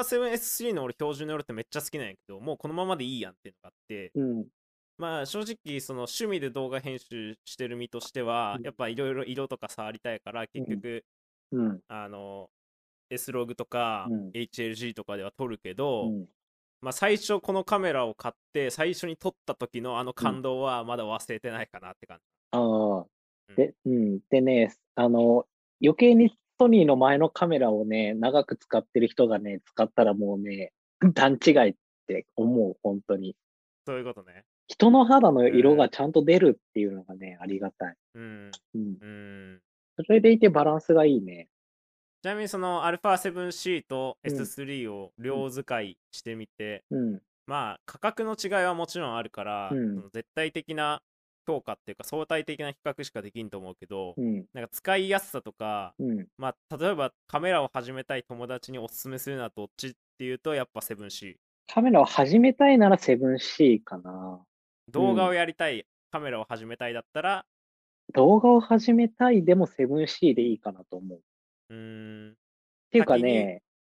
Speaker 1: α7S3 の俺標準の色ってめっちゃ好きなんやけど、もうこのままでいいやんっていうのがあって、
Speaker 2: うん。
Speaker 1: まあ正直その趣味で動画編集してる身としては、
Speaker 2: うん。
Speaker 1: やっぱいろいろ色とか触りたいから、
Speaker 2: うん。
Speaker 1: 結局
Speaker 2: うん。
Speaker 1: あの S ログとか
Speaker 2: うん。
Speaker 1: エイチエルジー とかでは撮るけど、
Speaker 2: うん。
Speaker 1: まあ最初このカメラを買って最初に撮った時のあの
Speaker 2: うん。
Speaker 1: 感動はまだ忘れてないかなって感
Speaker 2: ああ。
Speaker 1: じ。うん。
Speaker 2: で、うん。でね、あの、余計にソニーの前のカメラをね、長く使ってる人がね、使ったらもうね、段違いって思う、本当に。
Speaker 1: そういうことね。
Speaker 2: 人の肌の色
Speaker 1: え
Speaker 2: がちゃんと出るっていうのがね、ありがたい。
Speaker 1: ー、うん。
Speaker 2: うん。
Speaker 1: うん。
Speaker 2: それでいてバランスがいいね。
Speaker 1: ちなみにその α7C と
Speaker 2: うん。
Speaker 1: エススリー を
Speaker 2: うん。
Speaker 1: 両使いしてみて、
Speaker 2: うん。
Speaker 1: まあ価格の違いはもちろんあるから、そ
Speaker 2: うん。
Speaker 1: の絶対的な評価っていうか相対的な比較しかできんと思うけど、
Speaker 2: うん。
Speaker 1: なんか使いやすさとか、
Speaker 2: うん。
Speaker 1: まあ例えばカメラを始めたい友達におすすめするのはどっちっていうとやっぱ セブンシー。
Speaker 2: カメラを始めたいなら セブンシー かな。う
Speaker 1: 動画を
Speaker 2: ん。
Speaker 1: やりたい、カメラを始めたいだったら、
Speaker 2: 動画を始めたいでも セブンシー でいいかなと思う。っ
Speaker 1: うーん、
Speaker 2: ていうか
Speaker 1: 先に、
Speaker 2: ね、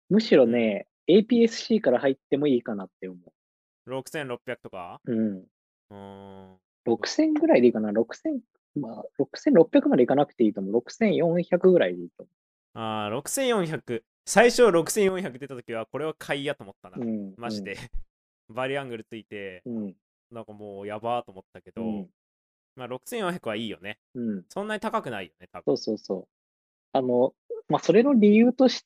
Speaker 2: むしろ
Speaker 1: うん。
Speaker 2: ね、エーピーエスシー から入ってもいいかなって思
Speaker 1: ろくせんろっぴゃくとか
Speaker 2: う。うん。
Speaker 1: うーん。
Speaker 2: ろくせんぐらいでいいかな。ろくせん、まあ、ろくせんろっぴゃくまでいかなくていいと思う。ろくせんよんひゃくぐらいでいいと
Speaker 1: ああ、ろくせんよんひゃく。最初ろくせんよんひゃく出た時はこれは買いやと思ったな。
Speaker 2: 思う。うん、
Speaker 1: マジで。バリアングルついて、
Speaker 2: うん、うん、
Speaker 1: なんかもうやばーと思ったけど、
Speaker 2: うん、
Speaker 1: まあろくせんよんひゃくはいいよね。
Speaker 2: うん。
Speaker 1: そんなに高くないよね、多分。
Speaker 2: そうそうそう。あの、まあ、それの理由として、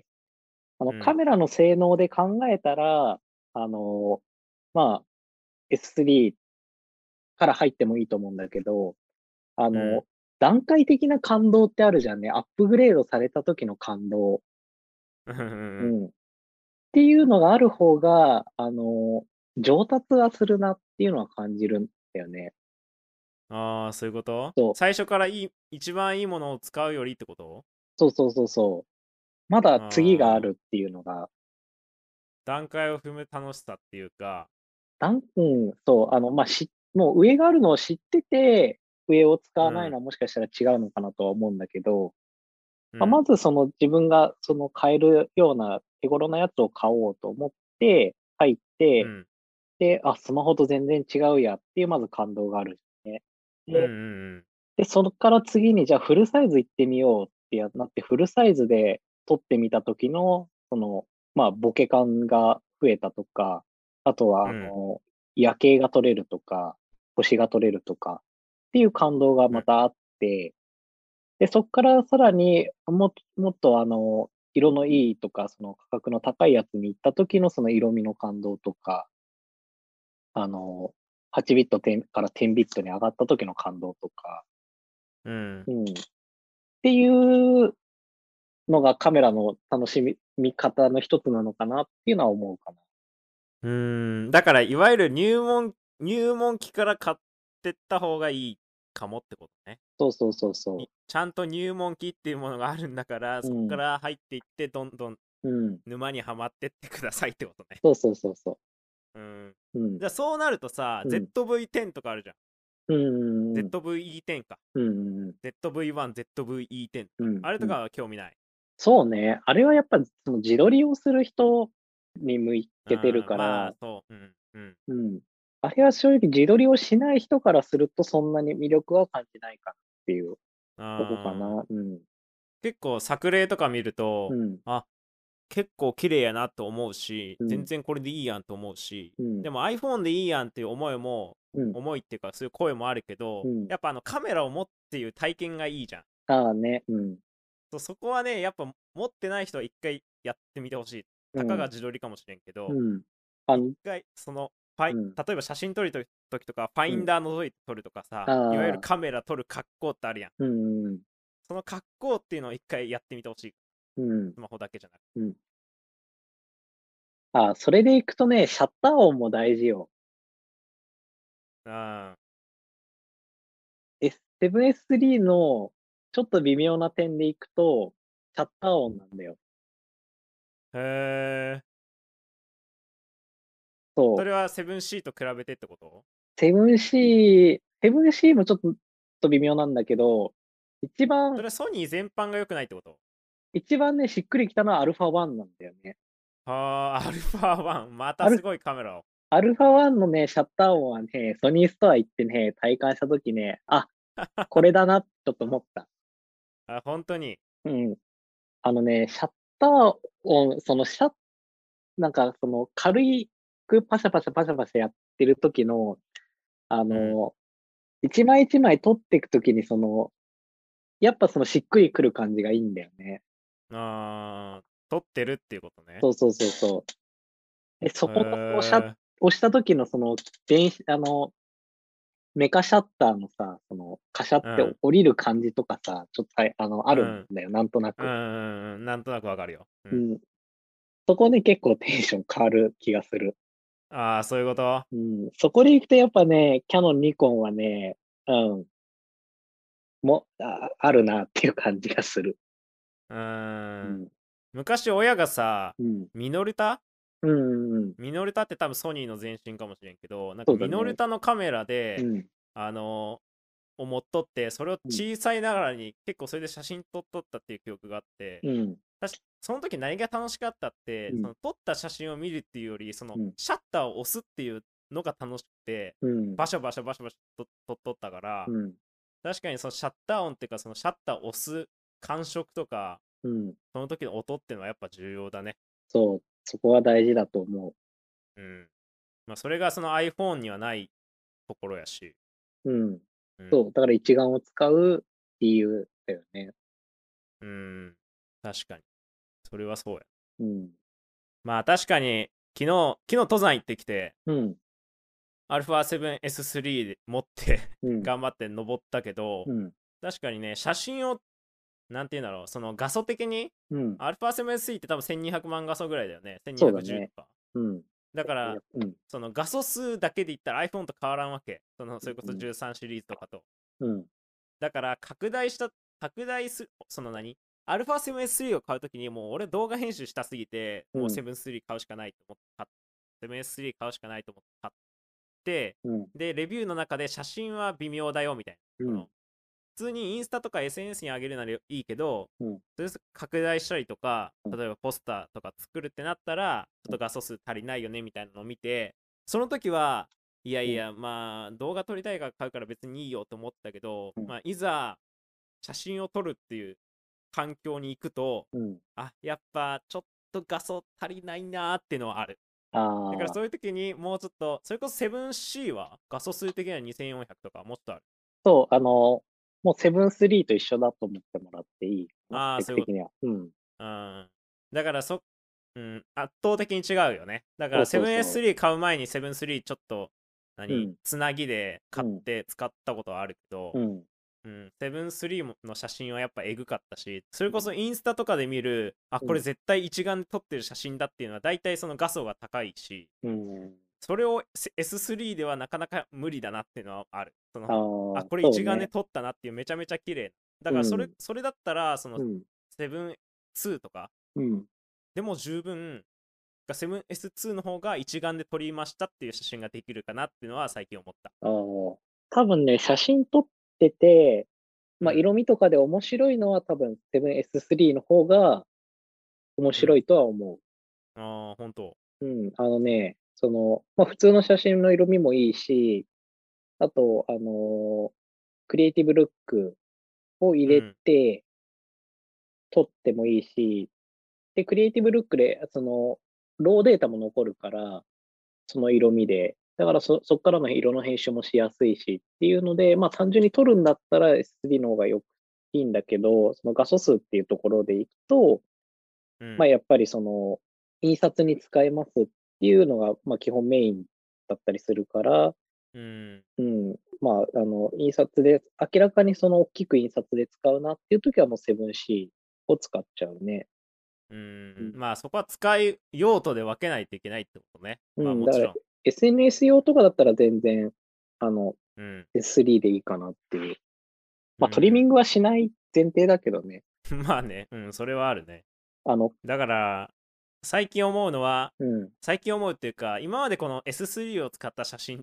Speaker 2: あの、
Speaker 1: うん。
Speaker 2: カメラの性能で考えたら、あの、まあ、エススリー から入ってもいいと思うんだけど、あ
Speaker 1: うん。
Speaker 2: の、段階的な感動ってあるじゃんね。アップグレードされた時の感動。
Speaker 1: うんうんうん。
Speaker 2: うん。っていうのがある方が、あの、上達はするなっていうのは感じるんだよね。
Speaker 1: ああ、そういうこと
Speaker 2: そう
Speaker 1: 最初からいい、一番いいものを使うよりってこと？
Speaker 2: そうそうそうそう。まだ次があ
Speaker 1: ああ、
Speaker 2: るっていうのが、
Speaker 1: 段階を踏む楽しさっていうか、
Speaker 2: だんうん、そう、あの、まあ、し、もう上があるのを知ってて、上を使
Speaker 1: うん、
Speaker 2: わないのはもしかしたら違うのかなとは思うんだけど、まあ、
Speaker 1: うん、
Speaker 2: まずその自分がその買えるような手頃なやつを買おうと思って入って、
Speaker 1: うん、
Speaker 2: で、あ、スマホと全然違うやっていうまず感動があるね。
Speaker 1: うん、う
Speaker 2: で、
Speaker 1: ん、
Speaker 2: で、そこから次にじゃあフルサイズ行ってみようってやなって、フルサイズで撮ってみた時の、その、まあ、ボケ感が増えたとか、あとは、
Speaker 1: うん、
Speaker 2: あの、夜景が撮れるとか、星が撮れるとかっていう感動が
Speaker 1: うん、
Speaker 2: またあって、で、そこからさらにもっと、もっとあの、色のいいとか、その価格の高いやつに行った時のその色味の感動とか、あの、はちビットからじゅうビットに上がった時の感動とか、
Speaker 1: うん。
Speaker 2: うん。っていうのがカメラの楽しみ見方の一つなのかなっていうのは思うかな。
Speaker 1: うーん、だからいわゆる入門、入門機から買ってった方がいいかもってことね。
Speaker 2: そうそうそうそ
Speaker 1: いちゃんと入門機っていうものがあるんだから、
Speaker 2: う。う
Speaker 1: そこか
Speaker 2: ん。
Speaker 1: ら入っていって、どんどん
Speaker 2: うん。
Speaker 1: 沼にはまってってくださいってことね。
Speaker 2: そうそうそうそ
Speaker 1: うん。
Speaker 2: う。うん。
Speaker 1: じゃあそうなるとさ、
Speaker 2: うん。
Speaker 1: ゼットブイテン とかあるじゃん。
Speaker 2: うん。うん。
Speaker 1: ゼットブイイーテン か。
Speaker 2: うん。
Speaker 1: ゼットブイワン、ゼットブイイーテン とか。
Speaker 2: うん。うん。
Speaker 1: あれとかは興味ない。
Speaker 2: そうね。あれはやっぱ、その自撮りをする人に向けてる
Speaker 1: あー
Speaker 2: から、
Speaker 1: まあ、そう。うん。うん。
Speaker 2: うん。あれは正直自撮りをしない人からするとそんなに魅力は感じないかなっていうとこか
Speaker 1: あー
Speaker 2: な。うん。
Speaker 1: 結構作例とか見ると、
Speaker 2: うん。
Speaker 1: あ、結構綺麗やなと思うし、
Speaker 2: うん。
Speaker 1: 全然これでいいやんと思うし、
Speaker 2: うん。
Speaker 1: でも iPhone でいいやんっていう思いも、
Speaker 2: うん。
Speaker 1: 思いっていうかそういう声もあるけど、
Speaker 2: うん。
Speaker 1: やっぱあのカメラを持っていう体験がいいじゃん。
Speaker 2: ああね。うん。
Speaker 1: そうそこはね、やっぱ持ってない人は一回やってみてほしい。
Speaker 2: うん。
Speaker 1: たかが自撮りかもしれんけど、
Speaker 2: うん。あ
Speaker 1: 一
Speaker 2: の、
Speaker 1: 回そのファイ
Speaker 2: うん。
Speaker 1: 例えば写真撮るときとかファイン
Speaker 2: うん。
Speaker 1: ダー覗いて撮るとか
Speaker 2: あ
Speaker 1: さ、いわゆる
Speaker 2: あ、
Speaker 1: カメラ撮る格好ってあるやん。
Speaker 2: うん。うん。
Speaker 1: その格好っていうのを一回やってみてほしい。
Speaker 2: うん。
Speaker 1: スマホだけじゃなくて。
Speaker 2: うん。あ、それでいくとね、シャッター音も大事よ。
Speaker 1: あ
Speaker 2: エス、セブンエススリー のちょっと微妙な点でいくと、シャッター音なんだよ。
Speaker 1: ーへえ。そ
Speaker 2: そう。
Speaker 1: れは セブンシー と比べてってこと？
Speaker 2: セブンシー、セブンシーもちょっと、ちょっと微妙なんだけど、一番、
Speaker 1: それはソニー全般が良くないってこと？
Speaker 2: 一番ね、しっくりきたのはアルファワンなんだよね。
Speaker 1: はあ、アルファワン。また
Speaker 2: アル、
Speaker 1: すごいカメラを。
Speaker 2: アルファワンのね、シャッター音はね、ソニーストア行ってね、体感したときね、あ、これだなってちょっと思った。
Speaker 1: あ、本当に。
Speaker 2: うん。あのね、シャッター音、そのシャッ、なんかその軽いくパシャパシャパシャパシャやってる時の、あ
Speaker 1: うん。
Speaker 2: の、一枚一枚撮っていくときにその、やっぱそのしっくりくる感じがいいんだよね。
Speaker 1: あー、撮ってるっていうことね。
Speaker 2: そうそうそうそう。で、そ
Speaker 1: へ
Speaker 2: このそのシャッ、
Speaker 1: え。
Speaker 2: 押した時のその、電子、あの、メカシャッターのさ、その、カシャって
Speaker 1: うん。
Speaker 2: 降りる感じとかさ、ちょっとああの、あるん
Speaker 1: うん。
Speaker 2: だよ、なんとな
Speaker 1: うん。
Speaker 2: く。
Speaker 1: うん。うんなんとなくわかるよ。うん。
Speaker 2: うん。そこで結構テンション変わる気がする。
Speaker 1: ああ、そういうこと？
Speaker 2: うん。そこで行くとやっぱね、キャノン、ニコンはね、うん、も、あ、あるなっていう感じがする。
Speaker 1: うーん。
Speaker 2: うん。
Speaker 1: 昔親がさ、
Speaker 2: うん。
Speaker 1: ミノルタ
Speaker 2: うん。うん。
Speaker 1: ミノルタって多分ソニーの前身かもしれんけど、なんかミノル
Speaker 2: そうだね。
Speaker 1: タのカメラで、
Speaker 2: うん。
Speaker 1: あのを持っとって、それを
Speaker 2: うん。
Speaker 1: 小さいながらに結構それで写真撮っとったっていう記憶があって、
Speaker 2: うん。
Speaker 1: 確かその時何が楽しかったって、
Speaker 2: うん
Speaker 1: その撮った写真を見るっていうより、その
Speaker 2: うん
Speaker 1: シャッターを押すっていうのが楽しくて、
Speaker 2: うん
Speaker 1: バシャバシャバシャバシャと撮っとったから、
Speaker 2: うん
Speaker 1: 確かにそのシャッター音っていうか、そのシャッターを押す感触とか、
Speaker 2: うん。
Speaker 1: その時の音っていうのはやっぱ重要だね。
Speaker 2: そう、そこは大事だと思
Speaker 1: うん。まあ、それがその iPhone にはないところやし。
Speaker 2: う。うん。
Speaker 1: うん。
Speaker 2: そう、だから一眼を使う理由だよね。
Speaker 1: うん。確かに。それはそうや。
Speaker 2: うん。
Speaker 1: まあ確かに、昨日、昨日登山行ってきて、
Speaker 2: うん。
Speaker 1: アルファセブンエススリー 持って
Speaker 2: うん。
Speaker 1: 頑張って登ったけど、
Speaker 2: うん。
Speaker 1: 確かにね、写真を、なんて言うんだろう、その画素的に、
Speaker 2: うん。
Speaker 1: アルファセブンエススリー って多分せんにひゃくまん画素ぐらいだよね。
Speaker 2: そうだね。
Speaker 1: せんにひゃくじゅうとか。
Speaker 2: うん。
Speaker 1: だから、
Speaker 2: うん。
Speaker 1: その画素数だけで言ったら iPhone と変わらんわけ。そのそれこそ
Speaker 2: うん。
Speaker 1: じゅうさんシリーズとかと。
Speaker 2: うん。
Speaker 1: だから拡大した、拡大す、その何アルファセブンエススリーを買うときにもう俺動画編集したすぎて、もうセブンスリー買うしかないと思って買っセブンエススリー買うしかないと思って買って、
Speaker 2: うん。
Speaker 1: で、レビューの中で写真は微妙だよみたいな。
Speaker 2: うん。
Speaker 1: その普通にインスタとか エスエヌエス に上げるならいいけど、
Speaker 2: うん。
Speaker 1: それ拡大したりとか、
Speaker 2: うん。
Speaker 1: 例えばポスターとか作るってなったら、ちょっと画素数足りないよねみたいなのを見て、その時は、いや
Speaker 2: うん。
Speaker 1: いや、まあ、動画撮りたいから買うから別にいいよと思ったけど、
Speaker 2: うん。
Speaker 1: まあ、いざ写真を撮るっていう環境に行くと、
Speaker 2: うん。
Speaker 1: あ、やっぱちょっと画素足りないなーっていうのはある。だから
Speaker 2: ああ、
Speaker 1: そういう時にもうちょっと、それこそ セブンシー は画素数的にはにせんよんひゃくとかもっとある。
Speaker 2: そう、あの、もうセブンスリーと一緒だと思ってもらっていいかな、ス
Speaker 1: ああ、そういうこと。
Speaker 2: ペック的には。うん。
Speaker 1: うん。だからそ、うん、圧倒的に違うよね。だか
Speaker 2: そう
Speaker 1: ら
Speaker 2: そうそ
Speaker 1: セブンエススリー 買う前に セブンスリー ちょっと、
Speaker 2: う。う
Speaker 1: 何
Speaker 2: ん。
Speaker 1: つなぎで買っ
Speaker 2: うん。
Speaker 1: て使ったことはあるけど、
Speaker 2: うん。
Speaker 1: うん、セブンスリーの写真はやっぱエグかったし、それ
Speaker 2: うん。
Speaker 1: こそインスタとかで見る、あ、
Speaker 2: うん。
Speaker 1: これ絶対一眼で撮ってる写真だっていうのは大体その画素が高いし、
Speaker 2: うん。
Speaker 1: それを エススリー ではなかなか無理だなっていうのはある。そ
Speaker 2: ああ、
Speaker 1: の、あ、これ一眼で
Speaker 2: そうね。
Speaker 1: 撮ったなっていうめちゃめちゃ綺麗。だからそれ、
Speaker 2: うん。
Speaker 1: それだったら、その
Speaker 2: うん。
Speaker 1: セブンツーとか
Speaker 2: うん。
Speaker 1: でも十分、セブンエスツー の方が一眼で撮りましたっていう写真ができるかなっていうのは最近思った。
Speaker 2: ああ、多分ね、写真撮ってて、まあ、
Speaker 1: うん。
Speaker 2: 色味とかで面白いのは多分 セブンエススリー の方が面
Speaker 1: うん。
Speaker 2: 白いとは思
Speaker 1: ああ、本当。
Speaker 2: う。うん。あのね、その、まあ、普通の写真の色味もいいし、あと、あのークリエイティブルックを入れ
Speaker 1: うん。
Speaker 2: て撮ってもいいし、で、クリエイティブルックで、その、ローデータも残るから、その色味で。だからそ、そっからの色の編集もしやすいしっていうので、まあ単純に撮るんだったら エススリー の方がよくいいんだけど、その画素数っていうところでいくと、
Speaker 1: うん。
Speaker 2: まあやっぱりその、印刷に使えますっていうのが、まあ基本メインだったりするから、
Speaker 1: うん。
Speaker 2: うん、まあ、あの、印刷で、明らかにその大きく印刷で使うなっていう時はもう セブンシー を使っちゃうね。
Speaker 1: う
Speaker 2: うん、
Speaker 1: ん。まあそこは使い用途で分けないといけないってことね。
Speaker 2: うん、だから
Speaker 1: まあもちろん。
Speaker 2: エスエヌエス 用とかだったら全然、あの、
Speaker 1: うん。
Speaker 2: エススリー でいいかなっていう。まあトリミ
Speaker 1: うん。
Speaker 2: ングはしない前提だけどね。
Speaker 1: まあね、うん、それはあるね。
Speaker 2: あの、
Speaker 1: だから、最近思うのは、
Speaker 2: うん、
Speaker 1: 最近思うっていうか、今までこの エススリー を使った写真って、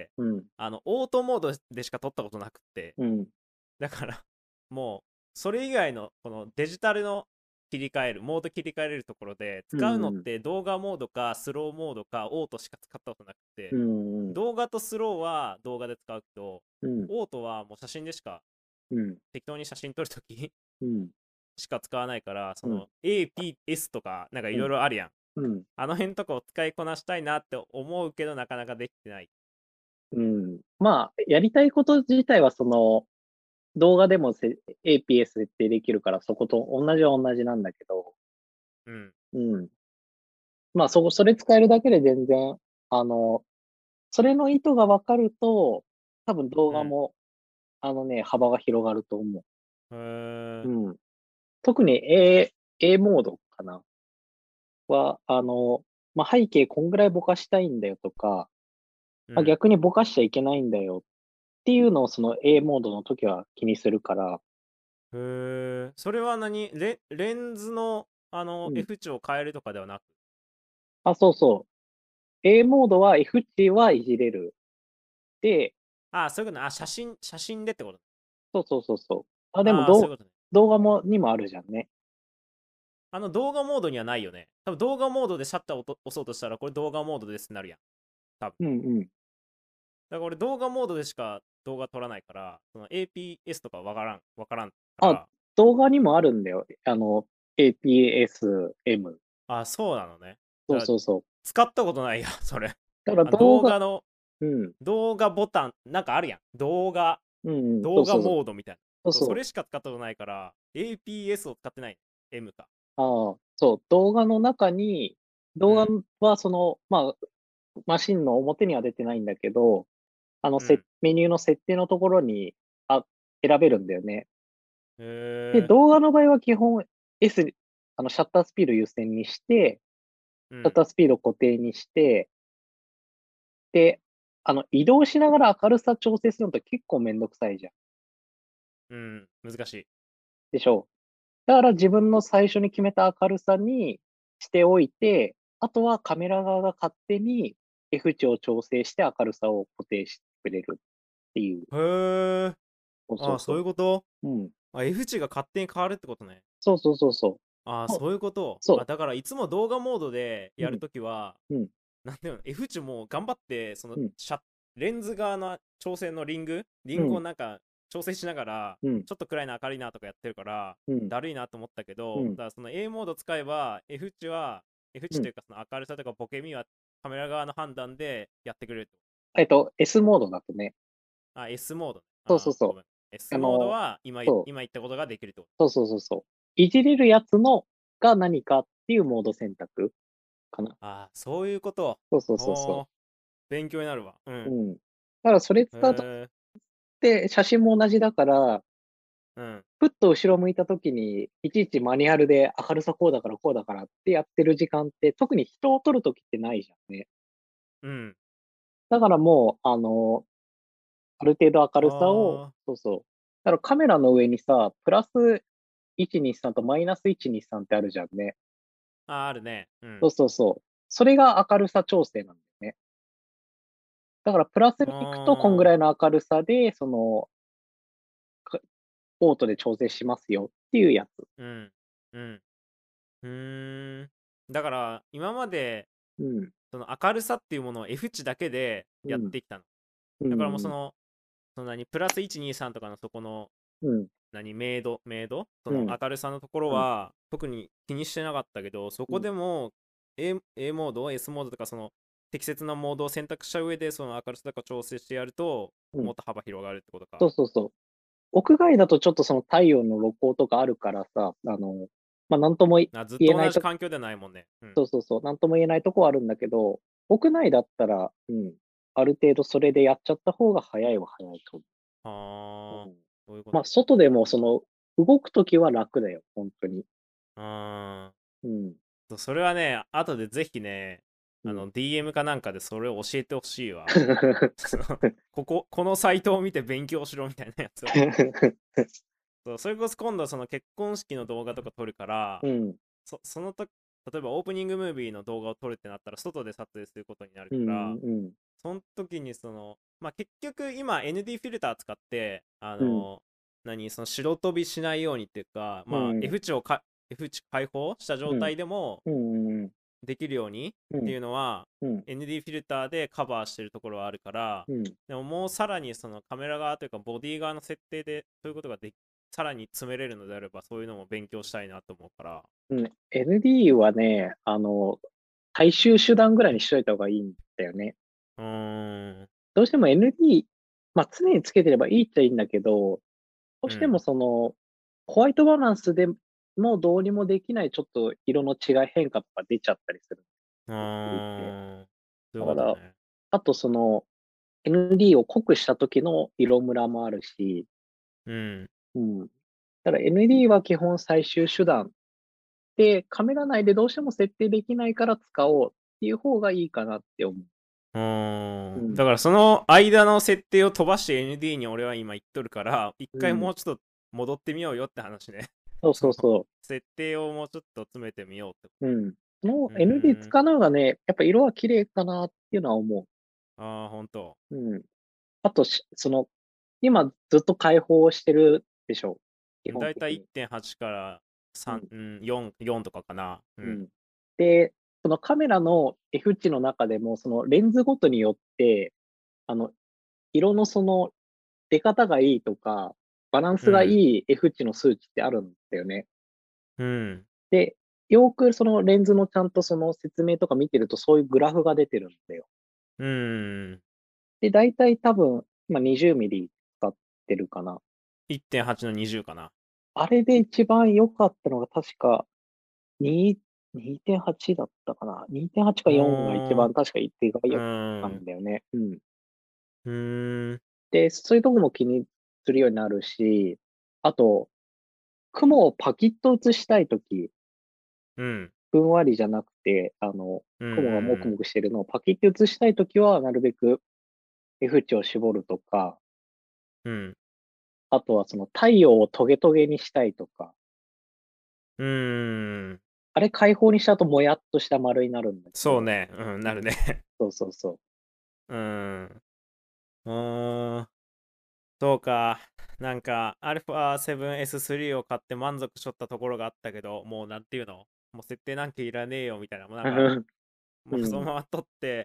Speaker 2: うん、
Speaker 1: あの、オートモードでしか撮ったことなくって、
Speaker 2: うん、
Speaker 1: だからもうそれ以外のこのデジタルの切り替えるモード切り替えれるところで
Speaker 2: う
Speaker 1: 使うのっ
Speaker 2: ん、
Speaker 1: て動画モードかスローモードかオートしか使ったことなく
Speaker 2: う
Speaker 1: て、
Speaker 2: ん、
Speaker 1: 動画とスローは動画で使うけど、
Speaker 2: うん、
Speaker 1: オートはもう写真でしか、
Speaker 2: うん、
Speaker 1: 適当に写真撮るとき
Speaker 2: うん、
Speaker 1: しか使わないから、そ
Speaker 2: うん、
Speaker 1: の エーピーエス とかなんかい
Speaker 2: うん、
Speaker 1: ろいろあるやん。
Speaker 2: うん、
Speaker 1: あの辺とかを使いこなしたいなって思うけどなかなかできてない。
Speaker 2: うん。まあ、やりたいこと自体はその、動画でもせ エーピーエス 設定できるから、そこと同じは同じなんだけど、
Speaker 1: うん。
Speaker 2: うん。まあ、そこ、それ使えるだけで全然、あの、それの意図がわかると、多分動
Speaker 1: うん。
Speaker 2: 画も、あのね、幅が広がると思
Speaker 1: へー。
Speaker 2: う。うん。特に A、A モードかなは、あの、まあ、背景こんぐらいぼかしたいんだよとか、まあ、
Speaker 1: うん。
Speaker 2: 逆にぼかしちゃいけないんだよっていうのをその A モードの時は気にするから、
Speaker 1: へえ、それは何レ、レンズの、あの
Speaker 2: うん。
Speaker 1: F 値を変えるとかではなく。
Speaker 2: あ、そうそう。A モードは F 値はいじれる。で、
Speaker 1: ああ、そういうことね。あ、写真、写真でってことね。
Speaker 2: そうそうそうそう。あ、でも
Speaker 1: ああ、そう
Speaker 2: どう
Speaker 1: いうことね。
Speaker 2: 動画もにもあるじゃんね。
Speaker 1: あの動画モードにはないよね。多分動画モードでシャッターを押そうとしたら、これ動画モードですってなるやん。多分。
Speaker 2: うんうん。
Speaker 1: だから俺動画モードでしか動画撮らないから、その エーピーエス とかわからん、わからんか
Speaker 2: あ、
Speaker 1: ら、
Speaker 2: 動画にもあるんだよ。あの、エーピーエスエム。
Speaker 1: あ、そうなのね。だから
Speaker 2: そうそうそう。
Speaker 1: 使ったことないや、それ。
Speaker 2: だから
Speaker 1: あ、
Speaker 2: 動画、
Speaker 1: 動画の、
Speaker 2: うん、
Speaker 1: 動画ボタン、なんかあるやん。動画、
Speaker 2: うんうん、そ
Speaker 1: 動画
Speaker 2: うそうそう。
Speaker 1: モードみたいな。そう、そ
Speaker 2: そうそう。
Speaker 1: れしか使ったことないから、エーピーエス を使ってない。M か。
Speaker 2: ああ、そう、動画の中に、動画
Speaker 1: うん。
Speaker 2: はその、まあ、マシンの表には出てないんだけど、あの、せ
Speaker 1: うん。
Speaker 2: メニューの設定のところに、あ、選べるんだよね。で、
Speaker 1: へえ。
Speaker 2: 動画の場合は基本 S、あの、シャッタースピード優先にして、シャッ
Speaker 1: うん。
Speaker 2: タースピード固定にして、で、あの、移動しながら明るさ調整するのって結構めんどくさいじゃん。
Speaker 1: うん。難しい。
Speaker 2: でしょう。だから自分の最初に決めた明るさにしておいて、あとはカメラ側が勝手に F 値を調整して明るさを固定してくれるっていう。
Speaker 1: へえ。
Speaker 2: そうそ
Speaker 1: ああ、そういう
Speaker 2: うそ
Speaker 1: こと
Speaker 2: う。うん。
Speaker 1: あ、F 値が勝手に変わるってことね。
Speaker 2: そうそうそうそう。
Speaker 1: ああ、
Speaker 2: そう
Speaker 1: そういうこと。あ、
Speaker 2: そ
Speaker 1: だからいつも動画モードで
Speaker 2: う。
Speaker 1: やる
Speaker 2: うん。
Speaker 1: ときは、
Speaker 2: うん。
Speaker 1: なんていうの、F 値も頑張って、その
Speaker 2: うん。
Speaker 1: シャレンズ側の調整のリング、リングを
Speaker 2: うん。
Speaker 1: なんか調整しながら、
Speaker 2: うん。
Speaker 1: ちょっと暗いな、明るいなとかやってるから、
Speaker 2: うん。
Speaker 1: だるいなと思ったけど、
Speaker 2: うん。
Speaker 1: だからその A モード使えば、F 値は、F
Speaker 2: うん。
Speaker 1: 値というかその明るさとかボケみはカメラ側の判断でやってくれるってこ
Speaker 2: えっと、S モードだとね。
Speaker 1: と。あ、S モードね。あー、ご
Speaker 2: そうそうそ
Speaker 1: めん。
Speaker 2: う。
Speaker 1: S モード
Speaker 2: あの、
Speaker 1: は今い、
Speaker 2: そう。
Speaker 1: 今言ったことができるってこ
Speaker 2: そうそうそうそう。いじれるやつのが何かっていうモード選択かな。
Speaker 1: と。ああ、そういうこと。
Speaker 2: そうそうそうそ
Speaker 1: おー、勉強になるわ。う
Speaker 2: う。
Speaker 1: ん。
Speaker 2: うん。だからそれ
Speaker 1: へ
Speaker 2: 使うと、
Speaker 1: え、
Speaker 2: で、写真も同じだから、
Speaker 1: うん。
Speaker 2: ふっと後ろ向いた時に、いちいちマニュアルで明るさこうだからこうだからってやってる時間って、特に人を撮る時ってないじゃんね。
Speaker 1: うん。
Speaker 2: だからもう、あの、ある程度明るさを、
Speaker 1: あ
Speaker 2: そうそう。だからカメラの上にさ、プラスいちにさんとマイナスいちにさんってあるじゃんね。
Speaker 1: ーあー、あるね。う
Speaker 2: そう
Speaker 1: ん。
Speaker 2: そうそう。それが明るさ調整なんだよね。だからプラスに行くと、こんぐ
Speaker 1: あ
Speaker 2: らいの明るさで、その、かオートで調整しますよっていうやつ。
Speaker 1: ー、うん。うん。うーん。だから、今まで、
Speaker 2: うん、
Speaker 1: その明るさっていうものを F 値だけで
Speaker 2: うん、
Speaker 1: やってきたの。
Speaker 2: う
Speaker 1: だからもうそ
Speaker 2: ん、
Speaker 1: の、その何、プラスいち、に、さんとかのそこの、
Speaker 2: うん、
Speaker 1: 何、明度、明度その
Speaker 2: うん、
Speaker 1: 明るさのところ
Speaker 2: うん、
Speaker 1: は、特に気にしてなかったけど、そこ
Speaker 2: うん、
Speaker 1: でも A, A モード、S モードとか、その、適切なモードを選択した上で、その明るさとか調整してやると、
Speaker 2: うん。
Speaker 1: もっと幅広がるってことか。
Speaker 2: そうそうそう。屋外だとちょっとその太陽の露光とかあるからさ、あの、まあ、なんとも言
Speaker 1: あ、ずっと
Speaker 2: えないと、
Speaker 1: 同じ環境ではないもんね。うん。
Speaker 2: そうそうそう、なんとも言えないとこはあるんだけど、屋内だったら、うん、ある程度それでやっちゃった方が早いは早いと思う。
Speaker 1: ああ、
Speaker 2: うん、まあ、
Speaker 1: そういうこと。
Speaker 2: 外でもその、動くときは楽だよ、本当に。
Speaker 1: あ
Speaker 2: うん、
Speaker 1: あ、それはね、後でぜひね、
Speaker 2: うん。
Speaker 1: あの、ディーエム かなんかでそれを教えてほしいわ。そのここ、このサイトを見て勉強しろみたいなやつを。そう、それこそ今度その結婚式の動画とか撮るから、
Speaker 2: うん、
Speaker 1: そその時、例えばオープニングムービーの動画を撮るってなったら外で撮影することになる
Speaker 2: うん、
Speaker 1: から、
Speaker 2: うん、
Speaker 1: その時にその、まあ、結局今 エヌディー フィルター使って、あ
Speaker 2: うん、
Speaker 1: の、何、その白飛びしないようにっていうか、まあ、
Speaker 2: うん、
Speaker 1: F 値をか、F 値開放した状
Speaker 2: うん、
Speaker 1: 態でも
Speaker 2: うん、
Speaker 1: できるように
Speaker 2: うん、
Speaker 1: っていうのは
Speaker 2: うん、
Speaker 1: エヌディー フィルターでカバーしてるところはあるから、
Speaker 2: うん。
Speaker 1: でももうさらにそのカメラ側というかボディ側の設定でそういうことができさらに詰めれるのであればそういうのも勉強したいなと思うから。
Speaker 2: うん、エヌディー はね、あの、最終手段ぐらいにしといた方がいいんだよね。
Speaker 1: うーん。
Speaker 2: どうしても エヌディー、まあ常につけてればいいっちゃいいんだけど、どう
Speaker 1: うん。
Speaker 2: してもその、ホワイトバランスでもどうにもできないちょっと色の違い変化とか出ちゃったりする。
Speaker 1: う
Speaker 2: エヌディー って。
Speaker 1: ーん。そういう
Speaker 2: だから、
Speaker 1: ことね。
Speaker 2: あとその、エヌディー を濃くした時の色ムラもあるし、
Speaker 1: うん。
Speaker 2: うん。ただ エヌディー は基本最終手段で、カメラ内でどうしても設定できないから使おうっていう方がいいかなって思
Speaker 1: うー
Speaker 2: う。う
Speaker 1: ん。
Speaker 2: ん。
Speaker 1: だからその間の設定を飛ばして エヌディー に俺は今言っとるから一
Speaker 2: うん。
Speaker 1: 回もうちょっと戻ってみようよって話ね。
Speaker 2: そう
Speaker 1: その
Speaker 2: そうそ
Speaker 1: 設定をもうちょっと詰めてみようってこ
Speaker 2: う。うん。も
Speaker 1: と。う
Speaker 2: う エヌディー
Speaker 1: ーん。
Speaker 2: 使うのがね、やっぱ色は綺麗かなっていうのは思
Speaker 1: ああ、ほんと。
Speaker 2: う。うん。あとし、その、今ずっと開放してるでしょ。基本
Speaker 1: だいたい
Speaker 2: 的に。
Speaker 1: いってんはちから
Speaker 2: う
Speaker 1: さん、うん、よん、よんとかかな。う
Speaker 2: ん、う
Speaker 1: ん。
Speaker 2: ん。で、そのカメラの F 値の中でも、そのレンズごとによって、あの、色のその出方がいいとか、バランスがい
Speaker 1: うん。
Speaker 2: い F 値の数値ってあるんだよね。
Speaker 1: うん。
Speaker 2: で、よくそのレンズのちゃんとその説明とか見てると、そういうグラフが出てるんだよ。
Speaker 1: うん。
Speaker 2: で、大体多分、今にじゅうミリ使ってるかな。
Speaker 1: いってんはちのにじゅうかな。
Speaker 2: あれで一番良かったのが確かに にてんはちだったかな。にてんはちかよんが一
Speaker 1: おー。
Speaker 2: 番確か言ってが
Speaker 1: う
Speaker 2: 良かったん
Speaker 1: ん。
Speaker 2: だよね。うん。
Speaker 1: うーん。
Speaker 2: で、そういうとこも気にするようになるし、あと、雲をパキッと写したいとき、
Speaker 1: うん。
Speaker 2: ふんわりじゃなくて、あの、
Speaker 1: うん。
Speaker 2: 雲がもく
Speaker 1: うん。
Speaker 2: もくしてるのをパキッと写したいときは、なるべく F 値を絞るとか、
Speaker 1: うん。
Speaker 2: あとはその太陽をトゲトゲにしたいとか、
Speaker 1: うん。
Speaker 2: あれ開放にしちゃうともやっとした丸になるんだけど、
Speaker 1: そうね。うん、なるね。
Speaker 2: そうそうそ
Speaker 1: うん。うーん。そうか。なんか、アルファセブンエススリー を買って満足しとったところがあったけど、もうなんていうのもう設定なんていらねえよみたいな。もうなんか、
Speaker 2: う。
Speaker 1: もうその
Speaker 2: うん、
Speaker 1: まま撮って、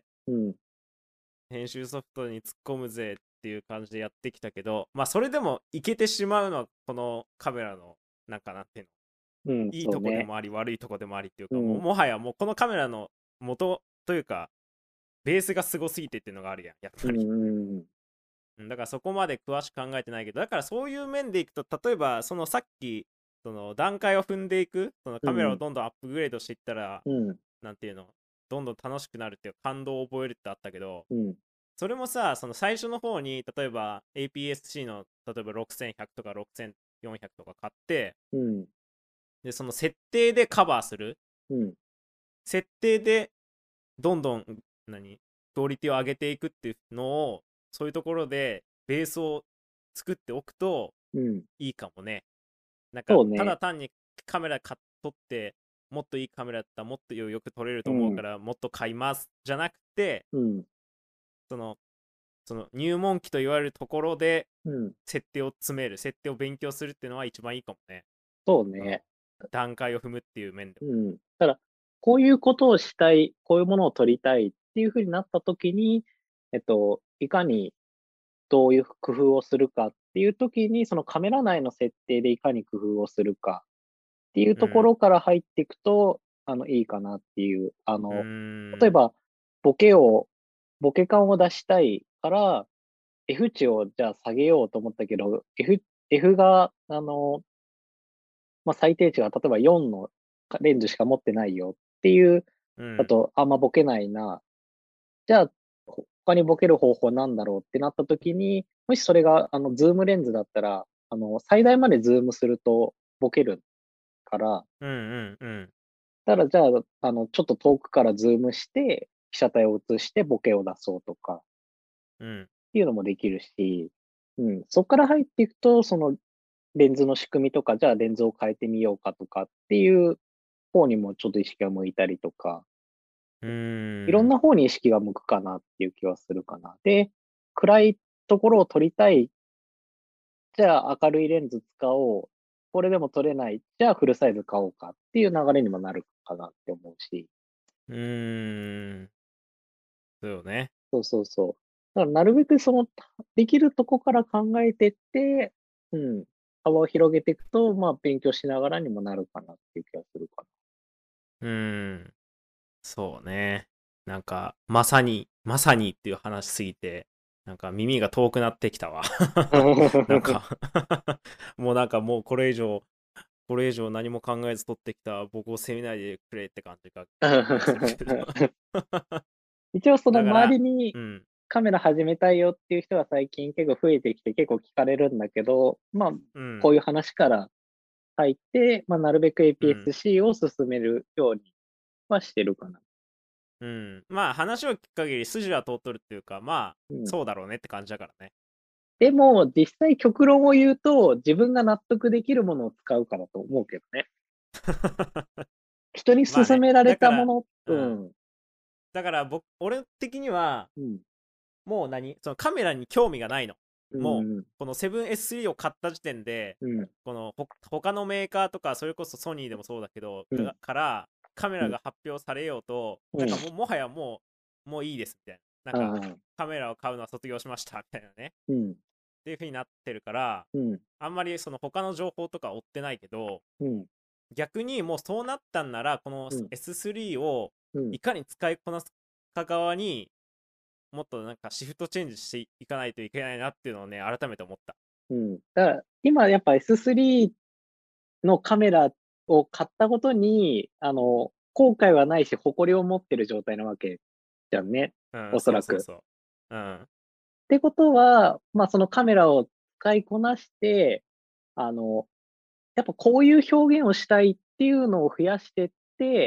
Speaker 2: うん、
Speaker 1: 編集ソフトに突っ込むぜっていう感じでやってきたけど、まあそれでもいけてしまうのはこのカメラのなんかなんていうの
Speaker 2: うん、
Speaker 1: いいとこで
Speaker 2: そうね。
Speaker 1: もあり悪いとこでもありっていうか、もう
Speaker 2: うん、
Speaker 1: もはやもうこのカメラの元というかベースがすごすぎてっていうのがあるやんやっぱり。
Speaker 2: うん、うん、
Speaker 1: うんだからそこまで詳しく考えてないけど、だからそういう面でいくと、例えばそのさっきその段階を踏んでいくそのカメラを
Speaker 2: うん、
Speaker 1: どんどんアップグレードしていったら、
Speaker 2: うん、
Speaker 1: なんていうのどんどん楽しくなるっていう感動を覚えるってあったけど、
Speaker 2: うん、
Speaker 1: それもさ、その最初の方に、例えば エーピーエスシー の例えばろくせんひゃくとかろくせんよんひゃくとか買って、
Speaker 2: うん、
Speaker 1: で、その設定でカバーする。
Speaker 2: うん、
Speaker 1: 設定でどんどん、何クオリティを上げていくっていうのを、そういうところでベースを作っておくと
Speaker 2: うん、
Speaker 1: いいかもね。なんか、
Speaker 2: そうね。
Speaker 1: ただ単にカメラ買っとって、もっといいカメラだったらもっとよく撮れると
Speaker 2: うん、
Speaker 1: 思うからもっと買いますじゃなくて、
Speaker 2: うん、
Speaker 1: そのその入門機と言われるところで
Speaker 2: うん、
Speaker 1: 設定を詰める、設定を勉強するっていうのは一番いいかもね。その
Speaker 2: そうね。
Speaker 1: 段階を踏むっていう面でも。
Speaker 2: うん。ただ、こういうことをしたい、こういうものを取りたいっていうふうになったときに、えっと、いかにどういう工夫をするかっていうときに、そのカメラ内の設定でいかに工夫をするかっていう
Speaker 1: うん。
Speaker 2: ところから入っていくと、あの、いいかなっていう。あ
Speaker 1: う
Speaker 2: の、例え
Speaker 1: ーん。
Speaker 2: ば、ボケを、ボケ感を出したいから、F 値をじゃあ下げようと思ったけど、F、F が、あの、まあ、最低値が例えばよんのレンズしか持ってないよっていう、
Speaker 1: うん。
Speaker 2: だと、あんまボケないな。じゃあ、他にボケる方法なんだろうってなった時に、もしそれが、あの、ズームレンズだったら、あの、最大までズームするとボケるから、
Speaker 1: うんうんうん。
Speaker 2: だからじゃあ、あの、ちょっと遠くからズームして、被写体を映してボケを出そうとか
Speaker 1: うん。
Speaker 2: っていうのもできるし、うん、そこから入っていくと、そのレンズの仕組みとか、じゃあレンズを変えてみようかとかっていう方にもちょっと意識が向いたりとか、
Speaker 1: うーん。
Speaker 2: いろんな方に意識が向くかなっていう気はするかな。で、暗いところを撮りたい、じゃあ明るいレンズ使おう。これでも撮れない、じゃあフルサイズ買おうかっていう流れにもなるかなって思うし。
Speaker 1: うーん。そうよね。
Speaker 2: そうそうそう。だからなるべくその、できるとこから考えてって、うん、幅を広げていくと、まあ勉強しながらにもなるかなっていう気がするか
Speaker 1: うーん。そうね。なんか、まさに、まさにっていう話すぎて、なんか耳が遠くなってきたわ。なん
Speaker 2: な。
Speaker 1: かもうなんかもうこれ以上、これ以上何も考えず取ってきた僕を責めないでくれって感じが気がするけど
Speaker 2: 一応その
Speaker 1: だから、
Speaker 2: 周りに
Speaker 1: うん、
Speaker 2: カメラ始めたいよっていう人が最近結構増えてきて結構聞かれるんだけど、まあ、
Speaker 1: うん、
Speaker 2: こういう話から入って、まあ、なるべく
Speaker 1: うん、
Speaker 2: エーピーエスシー を進めるようにはしてるかな。
Speaker 1: うん。まあ話を聞く限り筋は通っとるっていうか、まあ、
Speaker 2: うん。
Speaker 1: そうだろうねって感じだからね。
Speaker 2: でも、実際極論を言うと、自分が納得できるものを使うからと思うけどね。人に
Speaker 1: まあね。
Speaker 2: 勧められ
Speaker 1: だから、
Speaker 2: たもの、
Speaker 1: うん。
Speaker 2: うん、
Speaker 1: だから僕、俺的には、
Speaker 2: うん、
Speaker 1: もう何そのカメラに興味がないの。
Speaker 2: う
Speaker 1: も
Speaker 2: ん。
Speaker 1: うこの セブンエススリー を買った時点で
Speaker 2: うん。
Speaker 1: このほ他のメーカーとかそれこそソニーでもそうだけど、
Speaker 2: うん。
Speaker 1: がからカメ
Speaker 2: うん。
Speaker 1: ラが発表されようと、
Speaker 2: うん。
Speaker 1: なんかもうもはやもうもういいですみたいな、なんか
Speaker 2: ああ。
Speaker 1: カメラを買うのは卒業しましたみたいなね
Speaker 2: うん。
Speaker 1: っていう風になってるから、
Speaker 2: うん。
Speaker 1: あんまりその他の情報とか追ってないけど、
Speaker 2: うん。
Speaker 1: 逆にもうそうなったんならこの
Speaker 2: うん。
Speaker 1: エススリー を
Speaker 2: うん。
Speaker 1: いかに使いこなすか側にもっとなんかシフトチェンジしていかないといけないなっていうのをね改めて思った。
Speaker 2: うん。だから今やっぱ エススリー のカメラを買ったことに、あの、後悔はないし、誇りを持ってる状態なわけじゃんね、
Speaker 1: うん、
Speaker 2: おそらく。
Speaker 1: そうそうそう。うん。
Speaker 2: ってことは、まあ、そのカメラを使いこなして、あの、やっぱこういう表現をしたいっていうのを増やしてって、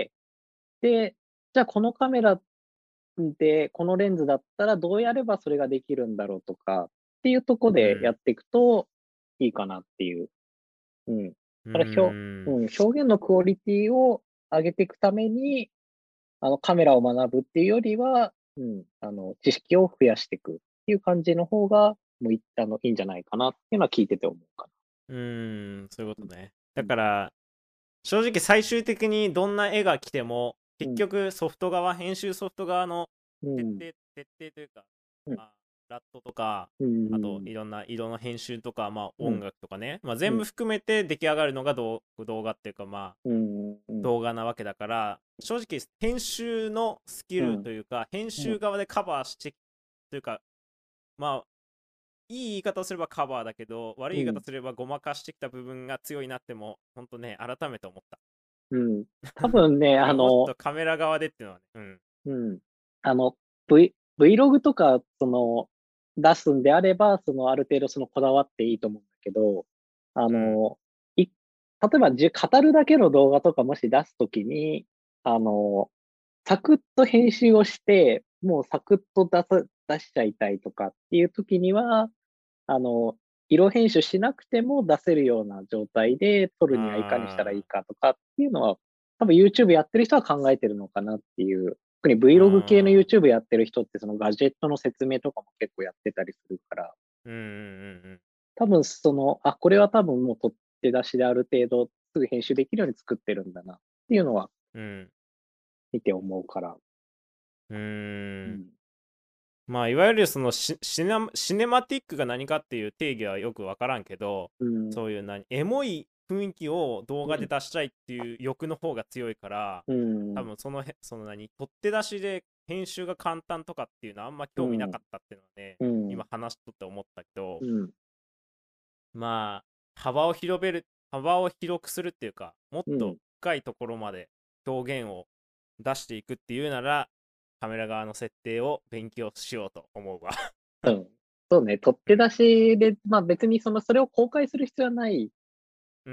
Speaker 2: で、じゃあこのカメラで、このレンズだったらどうやればそれができるんだろうとかっていうとこでや
Speaker 1: うん。
Speaker 2: っていくといいかなっていう。うん。だ
Speaker 1: う
Speaker 2: からひょ
Speaker 1: ーん。
Speaker 2: うん、表現のクオリティを上げていくために、あの、カメラを学ぶっていうよりは、うん、あの、知識を増やしていくっていう感じの方が、もういあの、いいんじゃないかなっていうのは聞いてて思うか
Speaker 1: うーん、そういうこ
Speaker 2: な。
Speaker 1: とね。
Speaker 2: うん。
Speaker 1: だから正直最終的にどんな絵が来ても
Speaker 2: うん。
Speaker 1: 結局ソフト側編集ソフト側の
Speaker 2: うん。
Speaker 1: 徹底徹底というか、
Speaker 2: うん。
Speaker 1: まあ、ラットとか
Speaker 2: うん。
Speaker 1: あといろんな色の編集とか、まあ、
Speaker 2: うん。
Speaker 1: 音楽とかね、まあ、
Speaker 2: うん。
Speaker 1: 全部含めて出来上がるのが動動画っていうかまあ
Speaker 2: うん。うん。
Speaker 1: 動画なわけだから正直編集のスキ
Speaker 2: うん。
Speaker 1: ルというか編
Speaker 2: うん。
Speaker 1: 集側でカバーしてというかまあいい言い方をすればカバーだけど悪い言い方
Speaker 2: うん。
Speaker 1: すればごまかしてきた部分が強いなっても本当ね改めて思った。
Speaker 2: うん。多分ね、
Speaker 1: だからもっ
Speaker 2: あの、
Speaker 1: とカメラ側でっていうのはね、うん。
Speaker 2: うん。あの、V Vlog とか、その、出すんであれば、その、ある程度そのこだわっていいと思うんだけど、あ
Speaker 1: うん。
Speaker 2: の、い例えば、じ語るだけの動画とかもし出すときに、あの、サクッと編集をして、もうサクッと出す出しちゃいたいとかっていうときには、あの、色編集しなくても出せるような状態で撮るにはいかにしたらいい
Speaker 1: あ
Speaker 2: かとかっていうのは、多分 YouTube やってる人は考えてるのかなっていう。特に
Speaker 1: あ。
Speaker 2: Vlog 系の
Speaker 1: ああ。
Speaker 2: YouTube やってる人ってそのガジェットの説明とかも結構やってたりするから、
Speaker 1: うんうんうん
Speaker 2: 多分その、あ、これは多分もう取って出しである程度すぐ編集できるように作ってるんだなっていうのは
Speaker 1: うん。うん。
Speaker 2: 見て思うから。
Speaker 1: うーん。
Speaker 2: うん。
Speaker 1: まあいわゆるそのシシネマシネマティックが何かっていう定義はよくわからんけど、
Speaker 2: うん。
Speaker 1: そういう何エモい雰囲気を動画で
Speaker 2: うん。
Speaker 1: 出したいっていう欲の方が強いから、
Speaker 2: うん。
Speaker 1: 多分そのへその何取って出しで編集が簡単とかっていうのはあんま興味な
Speaker 2: うん。
Speaker 1: かったっていうのはね、
Speaker 2: うん。
Speaker 1: 今話しとって思ったけど、
Speaker 2: うん。
Speaker 1: まあ幅を広べる幅を広くするっていうかもっと
Speaker 2: うん。
Speaker 1: 深いところまで表現を出していくっていうならカメラ側の設定を勉強しようと思うわ。
Speaker 2: うん。そうね、取っ
Speaker 1: うん。
Speaker 2: て出しで、まあ別にその、それを公開する必要はない
Speaker 1: うん。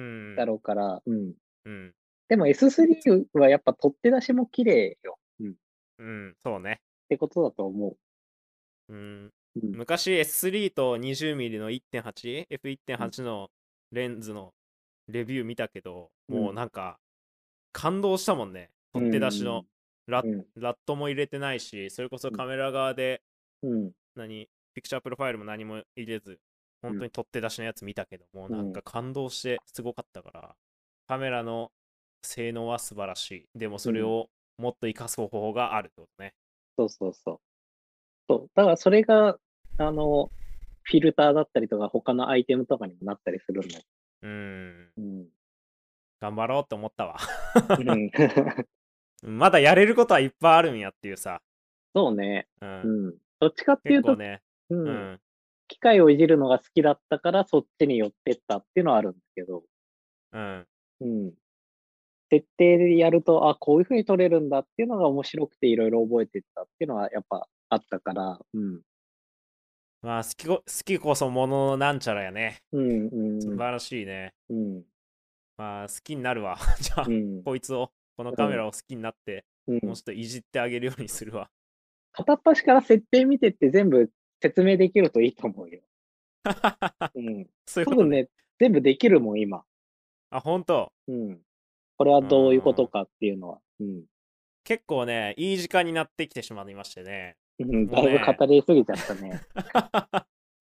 Speaker 2: だろうから、うん。
Speaker 1: うん。
Speaker 2: でも エススリー はやっぱ取って出しも綺麗よ。うん。っ
Speaker 1: うん。そうね。
Speaker 2: てことだと思
Speaker 1: うん。
Speaker 2: う。うん。
Speaker 1: 昔 エススリー と にじゅうミリ の いってんはち、
Speaker 2: うん。
Speaker 1: エフいってんはち のレンズのレビュー見たけど、もう
Speaker 2: うん。
Speaker 1: なんか感動したもんね。
Speaker 2: う
Speaker 1: 取って出しの
Speaker 2: ん。
Speaker 1: ラッ、
Speaker 2: うん。
Speaker 1: ラットも入れてないし、それこそ
Speaker 2: うん。
Speaker 1: カメラ側で
Speaker 2: うん。
Speaker 1: 何、ピクチャープロファイルも何も入れず、
Speaker 2: うん。
Speaker 1: 本当に取って出しのやつ見たけど、もう
Speaker 2: うん。
Speaker 1: なんか感動してすごかったから、カメラの性能は素晴らしい。でも
Speaker 2: うん。
Speaker 1: それをもっと活かす方法があるってことね。
Speaker 2: そうそうそう。そう。だからそれが、あの、フィルターだったりとか、他のアイテムとかにもなったりするんだよ。
Speaker 1: うーん。
Speaker 2: うん。
Speaker 1: 頑張ろうって思ったわ。
Speaker 2: うん。
Speaker 1: まだやれることはいっぱいあるんやっていうさ。
Speaker 2: そうね。
Speaker 1: うん。
Speaker 2: うん。どっちかっていうと、
Speaker 1: 結構ね。
Speaker 2: うん。
Speaker 1: うん。
Speaker 2: 機械をいじるのが好きだったから、そっちに寄ってったっていうのはあるんですけど、
Speaker 1: うん。
Speaker 2: うん。設定でやると、あ、こういう風に撮れるんだっていうのが面白くていろいろ覚えてったっていうのはやっぱあったから、うん。
Speaker 1: まあ好きこ、好きこそもののなんちゃらやね。
Speaker 2: うん、うん、
Speaker 1: 素晴らしいね。
Speaker 2: うん、
Speaker 1: まあ好きになるわ。じゃあ、
Speaker 2: うん、
Speaker 1: こいつを、この
Speaker 2: うん、
Speaker 1: カメラを好きになって、
Speaker 2: うん。
Speaker 1: もうちょっといじってあげるようにするわ。
Speaker 2: 片っ端から設定見てって全部説明できるといいと思うよ。うん。
Speaker 1: そういうことね。
Speaker 2: 多分ね、全部できるもん、今。
Speaker 1: あ、本当。
Speaker 2: うん。これは
Speaker 1: う
Speaker 2: どういうこ
Speaker 1: ーん。
Speaker 2: とかっていうのは。うん。
Speaker 1: 結構ね、いい時間になってきてしまいましてね。
Speaker 2: うん、だいぶ
Speaker 1: もうね、
Speaker 2: 語りすぎちゃったね。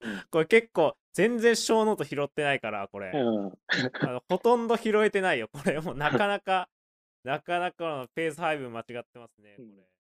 Speaker 2: うん。
Speaker 1: これ結構全然小ノート拾ってないから、これ。
Speaker 2: うん。
Speaker 1: あのほとんど拾えてないよ。これもうなかなか、なかなかのペース配分間違ってますね、これ。